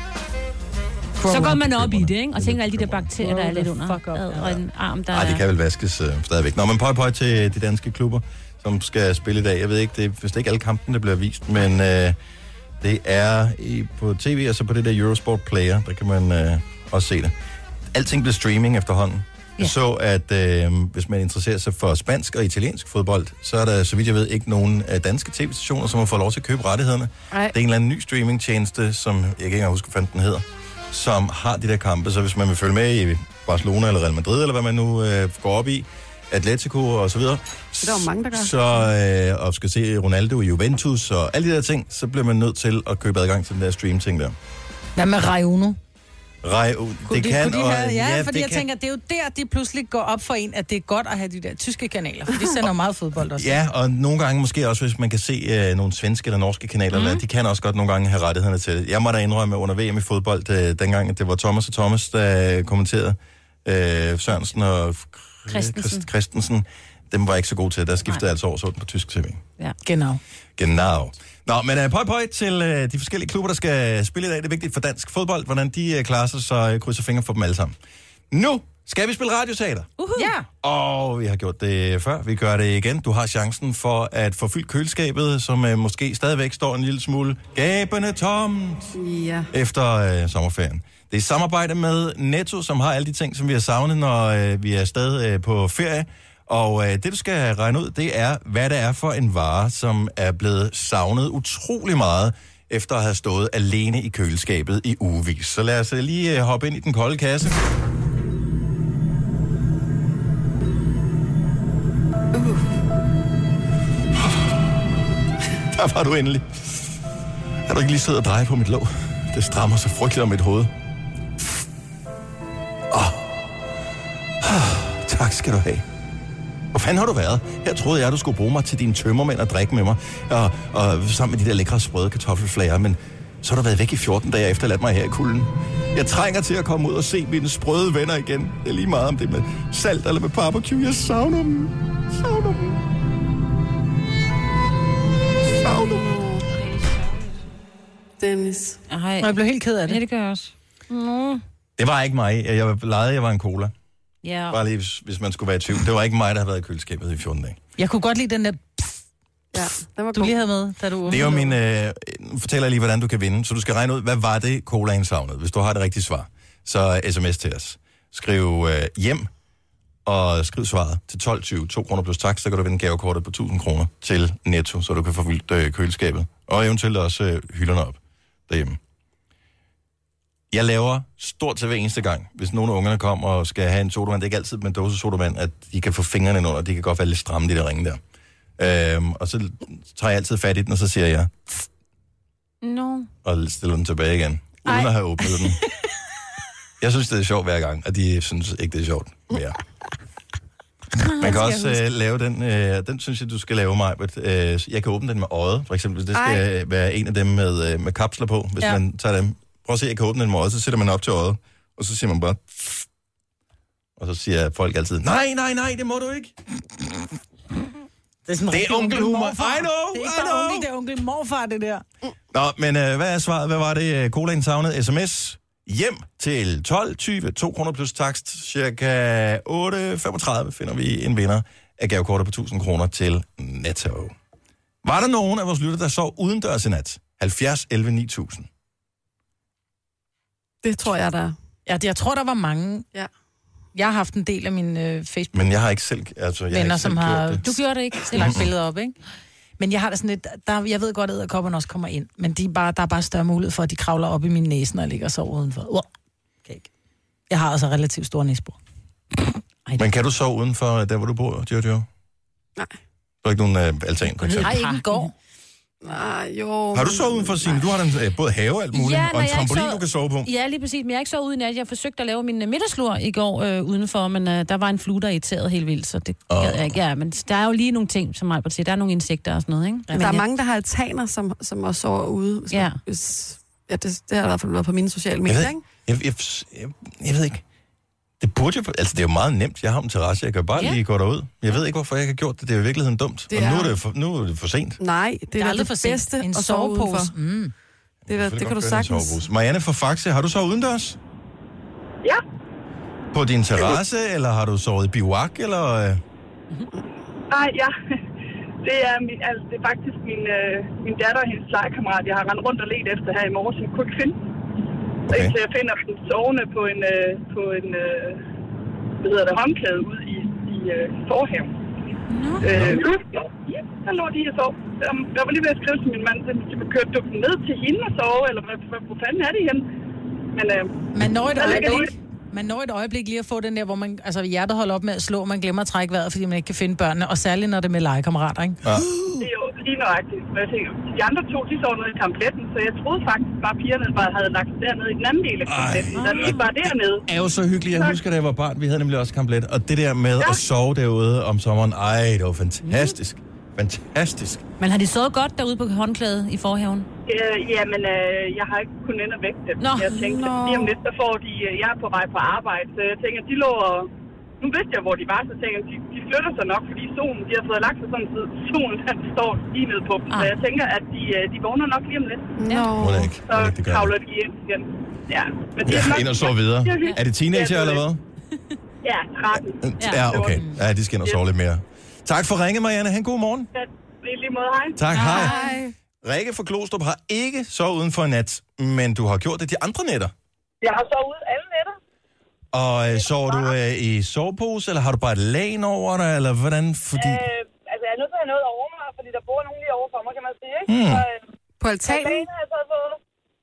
Så går man op i det, ikke? Og tænker alle de der bakterier, der er lidt under. Og en arm, der det kan vel vaskes stadigvæk. Nå, men pøj til de danske klubber, som skal spille i dag. Jeg ved ikke, det er vist ikke alle kampen, der bliver vist, men det er på tv, og så på det der Eurosport Player, der kan man også se det. Alting bliver streaming efterhånden. Jeg så, at hvis man interesserer sig for spansk og italiensk fodbold, så er der, så vidt jeg ved, ikke nogen danske tv-stationer, som har fået lov til at købe rettighederne. Det er en eller anden ny streamingtjeneste, som jeg kan ikke engang huske, hvad den hedder, som har de der kampe. Så hvis man vil følge med i Barcelona eller Real Madrid, eller hvad man nu går op i, Atletico og så videre, det er jo mange, der gør. Og skal se Ronaldo i Juventus og alle de der ting, så bliver man nødt til at købe adgang til den der stream-ting der. Hvad med Raiuno? Det kan, fordi jeg tænker, det er jo der, de pludselig går op for en, at det er godt at have de der tyske kanaler, for de sender meget fodbold også. Ja, og nogle gange måske også, hvis man kan se nogle svenske eller norske kanaler, de kan også godt nogle gange have rettighederne til det. Jeg må da indrømme, under VM i fodbold, dengang det var Thomas og Thomas, der kommenterede Sørensen og Christensen, dem var ikke så gode til. Der skiftede jeg altså over sådan på tysk tv. Ja. Genau. Nå, men pøj til de forskellige klubber, der skal spille i dag. Det er vigtigt for dansk fodbold, hvordan de klarer sig, så krydser fingre for dem alle sammen. Nu skal vi spille radioteater. Ja. Og vi har gjort det før. Vi gør det igen. Du har chancen for at få fyldt køleskabet, som måske stadigvæk står en lille smule gabende tomt efter sommerferien. Det er samarbejde med Netto, som har alle de ting, som vi har savnet, når vi er afsted på ferie. Og det, du skal regne ud, det er, hvad det er for en vare, som er blevet savnet utrolig meget, efter at have stået alene i køleskabet i ugevis. Så lad os lige hoppe ind i den kolde kasse. Der var du endelig. Har du ikke lige siddet og drejet på mit låg? Det strammer så frygteligt om mit hoved. Tak skal du have. Hvor fanden har du været? Her troede jeg, du skulle bruge mig til dine tømmermænd og drikke med mig. Og sammen med de der lækre sprøde kartoffelflager. Men så har du været væk i 14 dage og efterladt mig her i kulden. Jeg trænger til at komme ud og se mine sprøde venner igen. Det er lige meget om det med salt eller med barbecue. Jeg savner dem. Savner dem. Dennis. Jeg blev helt ked af det. Ja, det gør jeg også. Det var ikke mig. Jeg var en cola. Ja. Bare lige, hvis man skulle være i tvivl. Det var ikke mig, der havde været i køleskabet i 14 dage. Jeg kunne godt lide den der... Ja, den var du lige havde med, da du... Det er jo min... Nu fortæller jeg lige, hvordan du kan vinde. Så du skal regne ud, hvad var det, colaen savnede? Hvis du har det rigtige svar, så sms til os. Skriv hjem, og skriv svaret til 12.20. 2 kroner plus tak, så kan du vinde gavekortet på 1.000 kroner til Netto, så du kan få fyldt køleskabet. Og eventuelt også hylderne op derhjemme. Jeg laver stort til hver eneste gang, hvis nogle af ungerne kommer og skal have en sodavand. Det er ikke altid med en dåse sodavand, at de kan få fingrene ind under. De kan godt være lidt stramme, de der ringe der. Og så tager jeg altid fat i den, og så siger jeg... Og stiller den tilbage igen, uden at have åbnet den. Jeg synes, det er sjovt hver gang, og de synes ikke, det er sjovt mere. Man kan også lave den, den synes jeg, du skal lave mig. Jeg kan åbne den med øjet, for eksempel, hvis det skal være en af dem med kapsler på, hvis man tager dem. Prøv at se, jeg kan åbne den med øjet, så sætter man op til øjet, og så siger man bare... Og så siger folk altid, nej, det må du ikke. Det er onkel humor. I know. Det er ikke bare onkel, det er onkel morfar, det der. Nå, men hvad er svaret? Hvad var det, colaen savnede? SMS hjem til 12.20. 2 kroner plus takst. Cirka 8.35 finder vi en vinder af gavekortet på 1.000 kroner til Netto. Var der nogen af vores lytter, der sov udendørs i nat? 70 11 9000. Det tror jeg, der er. Ja, jeg tror, der var mange. Ja. Jeg har haft en del af min Facebook. Men jeg har ikke selv, altså, jeg venner, har ikke selv som har... gjort det. Du gjorde det ikke. Lagt billeder op, ikke? Men jeg har da sådan lidt... jeg ved godt, at edderkopperne også kommer ind. Men der er bare større mulighed for, at de kravler op i min næse, når jeg ligger og sover udenfor. Okay. Jeg har altså relativt store næsebor. Men kan du sove udenfor, der hvor du bor, Jojo? Nej. Du har ikke nogen altan, for eksempel? Nej, ikke en gård. Nej, jo. Har du sovet udenfor, Signe? Du har en både have og alt muligt, og en trampolin, du kan sove på. Ja, lige præcis. Men jeg har ikke sovet uden at jeg forsøgte at lave min middagslur i går udenfor, men der var en flue, der irriterede helt vildt, så det gad jeg ikke. Ja, men der er jo lige nogle ting, som Albert siger. Der er nogle insekter og sådan noget, ikke? Ja, der er mange, der har altaner, som også sover ude. Så det har i hvert fald været på mine sociale medier, ikke? Jeg ved ikke. Det burde jo... Altså, det er jo meget nemt. Jeg har en terrasse, jeg kan bare lige gå derud. Jeg ved ikke, hvorfor jeg ikke har gjort det. Det er i virkeligheden dumt. Og nu er det for sent. Nej, det er aldrig for bedste en at sove udenfor. Det kan du sagtens. Marianne fra Faxe, har du sovet udendørs? Ja. På din terrasse, eller har du sovet i bivak, eller... Nej, ja. Det er faktisk min datter og hendes legekammerat, jeg har rendt rundt og let efter her i morges, som jeg kunne ikke finde. Okay. Indtil jeg finder den sovende på en hvad hedder det, håndklæde ude i forhaven. Der lå de og sov. Jeg var lige ved at skrive til min mand, så kørte du dem ned til hende og sove, eller hvor fanden er de henne? Men man når et øjeblik lige at få den der, hvor man, altså hjertet holder op med at slå, og man glemmer at trække vejret, fordi man ikke kan finde børnene, og særligt når det er med legekammerater, ikke? Ja. Det er jo lige nøjagtigt. Jeg tænker, de andre to, de sov nede i kampletten, så jeg troede faktisk bare, pigerne bare havde lagt dernede i den anden del af kampletten. Der er bare dernede. Det er jo så hyggeligt. Jeg husker, da jeg var barn, vi havde nemlig også kamplet, og det der med at sove derude om sommeren, det var fantastisk. Fantastisk. Men har de sovet godt derude på håndklædet i forhaven? Jamen, jeg har ikke kunnet ind og vække dem. Jeg tænkte, lige om lidt, så får de... Jeg er på vej på arbejde, så jeg tænker, de lå og nu vidste jeg, hvor de var, så tænkte jeg, de flytter sig nok, fordi solen, de har fået lagt sig sådan, så solen den står lige nede på dem. Så jeg tænker, at de vågner nok lige om lidt. Så kravler de ind igen. Ja, men de ind og sove videre. Er det teenager eller hvad? Ja, 13. Ja, okay. Ja, de skal ind og sove lidt mere. Tak for ringet, Marianne. Ha' en god morgen. Ja, lige måde, hej. Tak, hej. Rikke fra Glostrup har ikke sovet uden for en nat, men du har gjort det de andre nætter. Jeg har sovet alle nætter. Og sover du i sovepose, eller har du bare et lagen over dig, eller hvordan? Fordi... Altså, jeg er nødt til at have noget over mig, fordi der bor nogen lige over for mig, kan man sige, ikke? Så, på altanen? Altanen har jeg så fået.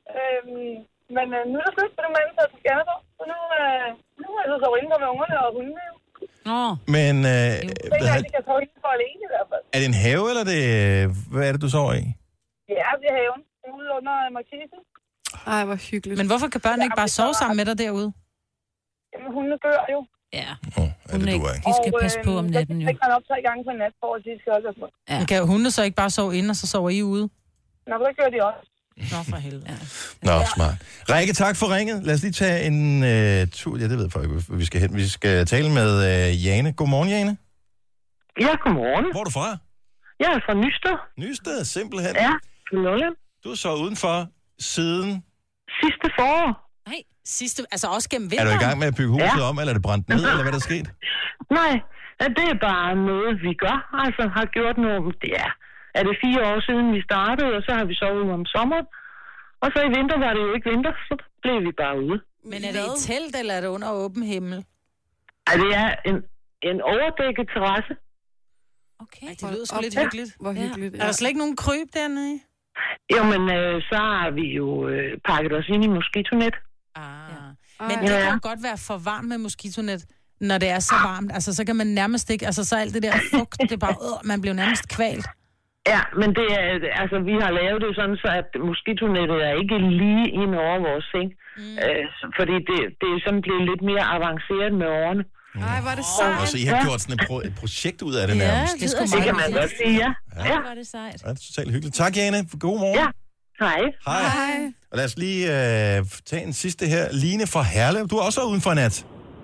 Men nu er der slut på det mand, så skal jeg så. Så nu er jeg så sovet inde med ungerne og hundene. Men... Jeg kan sove inde for alene i hvert fald. Er det en have, eller hvad er det, du sover i? Ja, det er haven. Det er ude under markisen. Ej, hvor hyggeligt. Men hvorfor kan børn ikke bare sove sammen med dig derude? Jamen, hundene dør jo. Ja. De skal passe på om natten, jo. Jeg kan op 3 gange på nat, for at de skal også. Men kan hundene så ikke bare sove inde, og så sover I ude? Nå, så gør de også. Nå, for helvede. Nå, smart. Rikke, tak for ringet. Lad os lige tage en tur. Ja, det ved jeg faktisk, hvor vi skal hen. Vi skal tale med Jane. Godmorgen, Jane. Ja, godmorgen. Hvor er du fra? Jeg er fra Nysted. Nysted, simpelthen. Ja, på Lolland. Du har så udenfor siden... Sidste forår. Nej, altså også gennem vinteren. Er du i gang med at bygge huset om, eller er det brændt ned, eller hvad der er sket? Nej, det er bare noget, vi gør. Altså, har gjort noget... Ja, er det 4 år siden, vi startede, og så har vi sovet om sommeren. Og så i vinter var det jo ikke vinter, så blev vi bare ude. Men er det et telt, eller er det under åben himmel? Ja, det er en overdækket terrasse. Okay, det lyder sgu lidt hyggeligt. Hvor hyggeligt. Er der slet ikke nogen kryb dernede? Jo, men så har vi jo pakket os ind i moskitonet. Men det kan jo godt være for varmt med moskitonet, når det er så varmt. Altså, så kan man nærmest ikke... Altså, så alt det der fugt, det er bare... man bliver nærmest kvalt. Ja, men det er... Altså, vi har lavet det sådan, så at moskitonettet er ikke lige ind over vores seng. Fordi det er sådan blevet lidt mere avanceret med årene. Ej, var det sejt. Så I har gjort sådan et projekt ud af det nærmest. Det kan man godt sige, ja. Ja, var det sejt. Ja, det er totalt hyggeligt. Tak, Jane. God morgen. Ja, hej. Hej. Og lad os lige tage en sidste her. Line fra Herlev. Du er også uden for nat.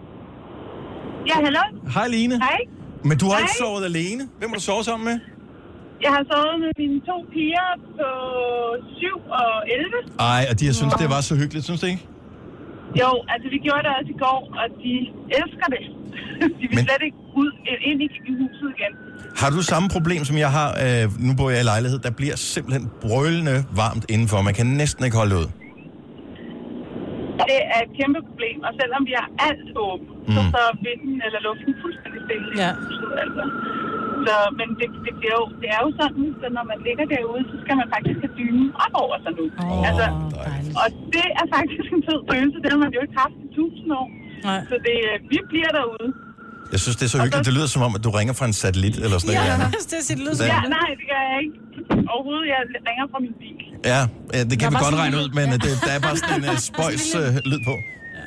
Ja, hallo. Hej, Line. Hej. Men du har ikke sovet alene. Hvem har du sovet sammen med? Jeg har sovet med mine 2 piger på 7 og 11. Ej, og de har syntes, det var så hyggeligt, synes du ikke? Jo, altså vi gjorde det også i går, og de elsker det. De vil slet ikke ud ind i huset igen. Har du samme problem, som jeg har? Nu bor jeg i lejlighed. Der bliver simpelthen brølende varmt indenfor. Man kan næsten ikke holde det ud. Det er et kæmpe problem, og selvom vi har alt åbent, så står vinden eller luften fuldstændig stille i huset, altså. Så, men det er jo sådan, så når man ligger derude, så skal man faktisk have dynen op over sig nu. Og det er faktisk en fed følelse. Det har man jo ikke haft i 1000 år. Nej. Så vi bliver derude. Jeg synes, det er så hyggeligt. Det lyder som om, at du ringer fra en satellit eller sådan noget. Det lyder som nej, det gør jeg ikke. Overhovedet, jeg ringer fra min bil. Ja, det kan vi godt regne ud, men der er bare sådan en spøjs lyd på.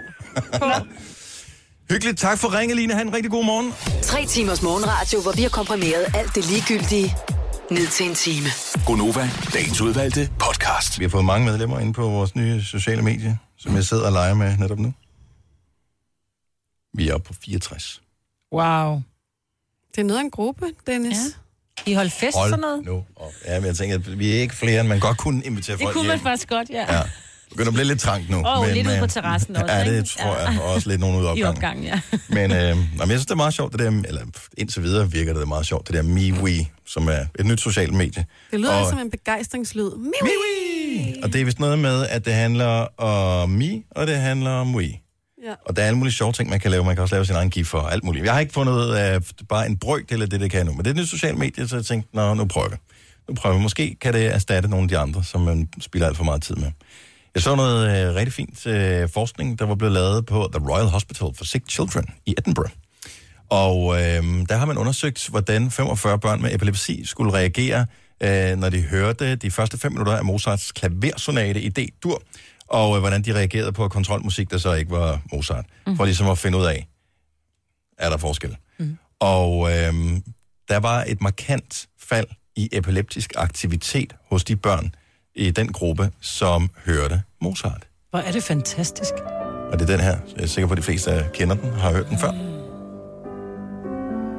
Hyggeligt. Tak for ringe, Line. Ha' en rigtig god morgen. 3 timers morgenradio, hvor vi har komprimeret alt det ligegyldige ned til en time. Gonova, dagens udvalgte podcast. Vi har fået mange medlemmer inde på vores nye sociale medier, som jeg sidder og leger med netop nu. Vi er oppe på 64. Wow. Det er noget af en gruppe, Dennis. Ja. I holdt fest sådan noget? Nu. Ja, men jeg tænker, at vi er ikke flere, end man godt kunne invitere folk hjem. Det kunne man faktisk godt, ja. Det begynder at blive lidt trangt nu. Lidt ude på terrassen også, ja, det tror jeg. Og også lidt nogen ude i opgangen. I opgangen, ja. Men jeg synes, det er meget sjovt, det der, eller indtil videre virker det meget sjovt, det der MeWe, som er et nyt socialt medie. Det lyder som en begejstringslyd. MeWe! Og det er vist noget med, at det handler om me, og det handler om we. Ja. Og der er alle mulige sjove ting, man kan lave. Man kan også lave sin egen gif og alt muligt. Jeg har ikke fundet bare en brøkdel af det kan nu, men det er et nyt socialt medie, så jeg tænkte, nu prøver vi. Måske kan det erstatte nogle af de andre, som man spilder alt for meget tid med. Jeg så noget rigtig fint forskning, der var blevet lavet på The Royal Hospital for Sick Children i Edinburgh. Og der har man undersøgt, hvordan 45 børn med epilepsi skulle reagere, når de hørte de første 5 minutter af Mozarts klaversonate i D-dur, og hvordan de reagerede på kontrolmusik, der så ikke var Mozart, for ligesom at finde ud af, er der forskel. Og der var et markant fald i epileptisk aktivitet hos de børn i den gruppe, som hørte Mozart. Hvor er det fantastisk. Og det er den her. Jeg er sikker på, at de fleste kender den, har hørt den før.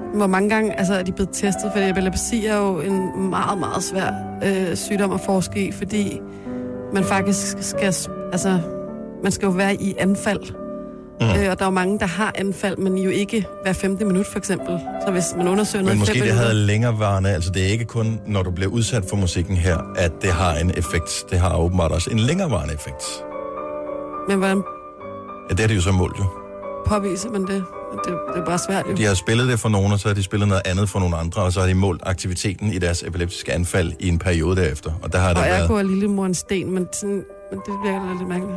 Hvor mange gange er de blevet testet? For epilepsi er jo en meget, meget svær sygdom at forske i, fordi man faktisk skal... man skal jo være i anfald. Og der er jo mange, der har anfald, men jo ikke hver 15. minut, for eksempel. Så hvis man undersøger noget... Men måske det havde længerevarende... Altså, det er ikke kun, når du bliver udsat for musikken her, at det har en effekt. Det har åbenbart også en længerevarende effekt. Men hvordan... Ja, det er det jo så målt, jo. Påviser man det? Det er bare svært, jo. De har spillet det for nogen, og så har de spillet noget andet for nogle andre, og så har de målt aktiviteten i deres epileptiske anfald i en periode derefter. Og der har der været... Og jeg lillemor en sten, men det virker lidt mærkeligt.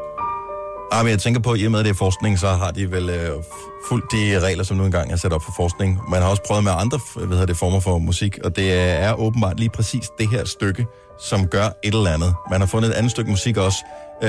Men jeg tænker på, at i og med, at det er forskning, så har de vel fulgt de regler, som nu engang er sat op for forskning. Man har også prøvet med andre former for musik, og det er åbenbart lige præcis det her stykke, som gør et eller andet. Man har fundet et andet stykke musik også,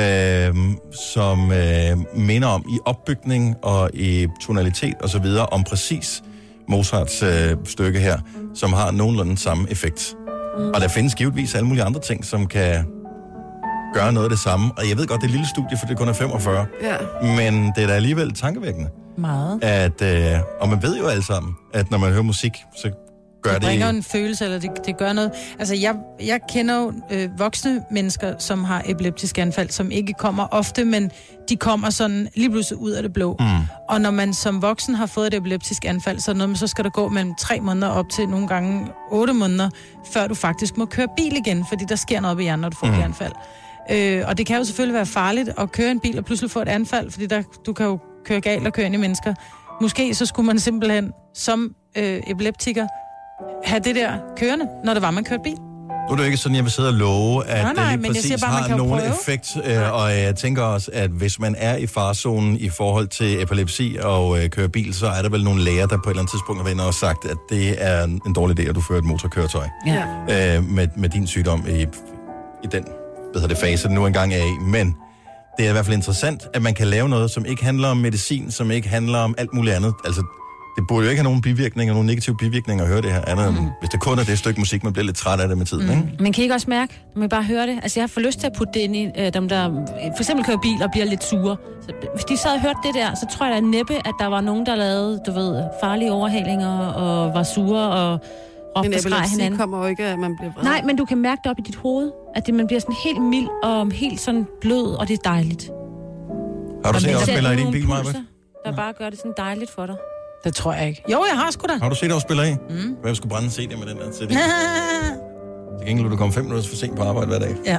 som minder om i opbygning og i tonalitet og så videre, om præcis Mozarts stykke her, som har nogenlunde samme effekt. Og der findes givetvis alle mulige andre ting, som kan gøre noget af det samme. Og jeg ved godt, det er et lille studie, for det kun er 45. Ja. Men det er da alligevel tankevækkende. Meget. Og man ved jo alle sammen, at når man hører musik, så gør det... Det bringer en følelse, eller det gør noget. Altså, jeg kender jo voksne mennesker, som har epileptiske anfald, som ikke kommer ofte, men de kommer sådan lige pludselig ud af det blå. Og når man som voksen har fået et epileptisk anfald, så, så skal der gå mellem 3 måneder op til nogle gange 8 måneder, før du faktisk må køre bil igen, fordi der sker noget på hjernen, når du får et anfald. Og det kan jo selvfølgelig være farligt at køre en bil og pludselig få et anfald, fordi du kan jo køre galt og køre ind i mennesker. Måske så skulle man simpelthen som epileptiker have det der kørende, når det var, man kørte bil. Nu er det jo ikke sådan, jeg vil sidde og love, at det lige præcis har nogen effekt. Og jeg tænker også, at hvis man er i farezonen i forhold til epilepsi og kører bil, så er der vel nogle læger, der på et eller andet tidspunkt har været og sagt, at det er en dårlig idé, at du fører et motorkøretøj. Ja. Med din sygdom i den fase, den nu engang er i. Men det er i hvert fald interessant, at man kan lave noget, som ikke handler om medicin, som ikke handler om alt muligt andet. Altså, det burde jo ikke have nogen bivirkninger, nogen negative bivirkninger at høre det her andet, hvis det kun er det stykke musik, man bliver lidt træt af det med tiden, ikke? Man kan ikke også mærke, man kan bare høre det. Altså, jeg får lyst til at putte det ind i dem, der for eksempel kører bil og bliver lidt sure. Så, hvis de sad og hørte det der, så tror jeg da næppe, at der var nogen, der lavede, farlige overhalinger og var sure og råbte og skreg hinanden. Men kommer jo ikke, at man bliver vred. Nej, men du kan mærke det op i dit hoved, at man bliver sådan helt mild og helt sådan blød, og det er dejligt. Har du set afspiller i din bil, Maja? Der bare gør det sådan dejligt for dig. Det tror jeg ikke. Jo, jeg har sgu da. Har du set afspiller i? Hvem skulle brænde CD med den der CD? Til gengæld vil du komme 5 minutter for sent på arbejde hver dag. Ja.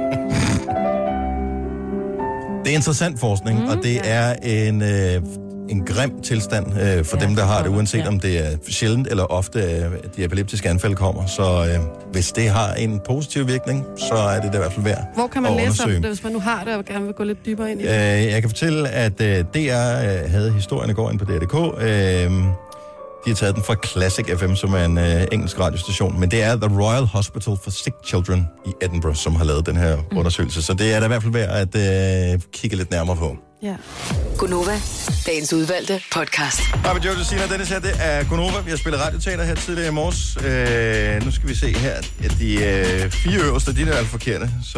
Det er interessant forskning, og det er en grim tilstand for dem, der har det, uanset om det er sjældent eller ofte, de epileptiske anfald kommer. Så hvis det har en positiv virkning, så er det i hvert fald værd. Hvor kan man læse om det, hvis man nu har det og gerne vil gå lidt dybere ind i det? Jeg kan fortælle, at DR havde historien i går inde på DR.dk. De har taget den fra Classic FM, som er en engelsk radiostation. Men det er The Royal Hospital for Sick Children i Edinburgh, som har lavet den her undersøgelse. Så det er da i hvert fald værd at kigge lidt nærmere på. Ja. Gunova, dagens udvalgte podcast. Hej med Jojo Sina, Dennis her, det er Gunova. Vi har spillet radioteater her tidligere i morges. Nu skal vi se her, at de 4 øverste, de er alt forkerte. Så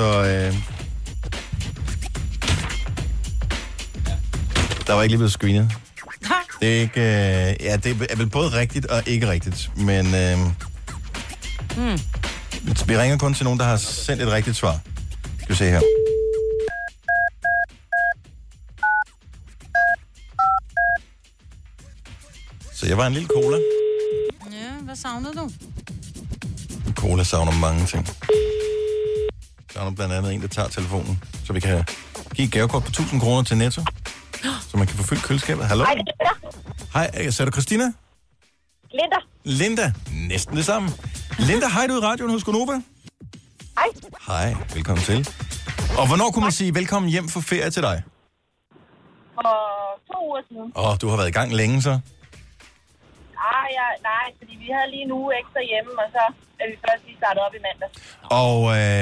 der var ikke lige blevet screenet. Det er ikke... det er vel både rigtigt og ikke rigtigt, men... Vi ringer kun til nogen, der har sendt et rigtigt svar. Skal vi se her. Så jeg var en lille cola. Ja, hvad savnede du? Cola savner mange ting. Savner blandt andet en, der tager telefonen, så vi kan give et gavekort på 1.000 kroner til Netto, så man kan få fyldt køleskabet. Hallo? Hej, det er Hej, så er det Christina? Linda. Linda, næsten det samme. Linda, hej du i radioen hos Gunova. Hej. Hej, velkommen til. Og hvornår kunne man sige velkommen hjem for ferie til dig? For 2 uger siden. Du har været i gang længe så? Nej, fordi vi havde lige en uge ekstra hjemme, og så er vi først lige startet op i mandag. Og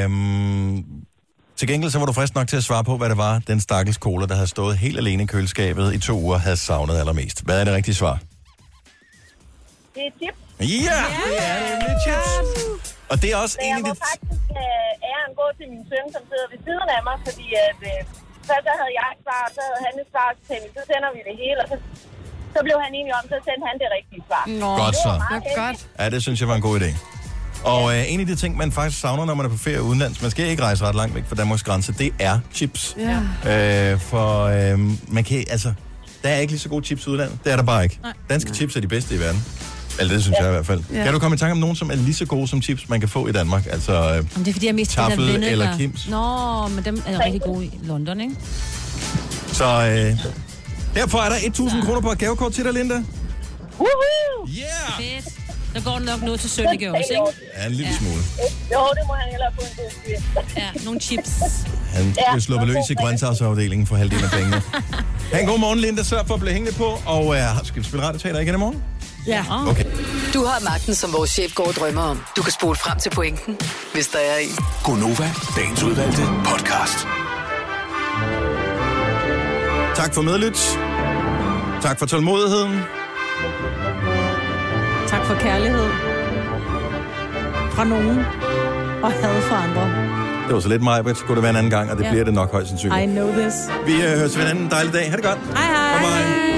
til gengæld så var du frisk nok til at svare på, hvad det var, den stakkels cola, der havde stået helt alene i køleskabet i 2 uger, havde savnet allermest. Hvad er det rigtige svar? Det er chips. Ja, det er nemlig chips. Og det er også en af de... Jeg må faktisk æren gå til min søn, som sidder ved siden af mig, fordi at først der havde jeg et svar, og så havde han et svar til mig. Så sender vi det hele, og så Så blev han enig om, så sendte han det rigtige svar. Godt så. Godt. Ja, det synes jeg var en god idé. Og en af de ting, man faktisk savner, når man er på ferie udenlands, man skal ikke rejse ret langt væk fra Danmarks grænse, det er chips. Ja. Man kan, altså, der er ikke lige så gode chips i udlandet. Det er der bare ikke. Nej. Danske chips er de bedste i verden. Eller det synes jeg i hvert fald. Ja. Kan du komme i tanke om nogen, som er lige så gode som chips, man kan få i Danmark? Altså det er fordi, jeg mest Tafel eller Kims? Nå, men dem er rigtig gode i London, ikke? Så derfor er der 1.000 kroner på et gavekort til dig, Linda. Woohoo! Yeah! Fedt. Så går den nok noget til Sønneke også, ikke? Ja, en lille smule. Jo, det må han hellere få en god styr. Ja, nogle chips. Han vil sluppe løs i grøntsagsafdelingen for halvdelen af pengene. Ha' en god morgen, Linda. Sørg for at blive hængende på. Og skal vi spille radioteater igen i morgen? Ja. Okay. Du har magten, som vores chef går og drømmer om. Du kan spole frem til pointen, hvis der er en. Gonova, dagens udvalgte podcast. Tak for medlyt. Tak for tålmodigheden. Tak for kærlighed. Fra nogen. Og had fra andre. Det var så lidt mig, skulle det være en anden gang, og det bliver det nok højst sandsynligt. I know this. Vi høres ved en anden dejlig dag. Ha' det godt. Hej hej. Bye bye.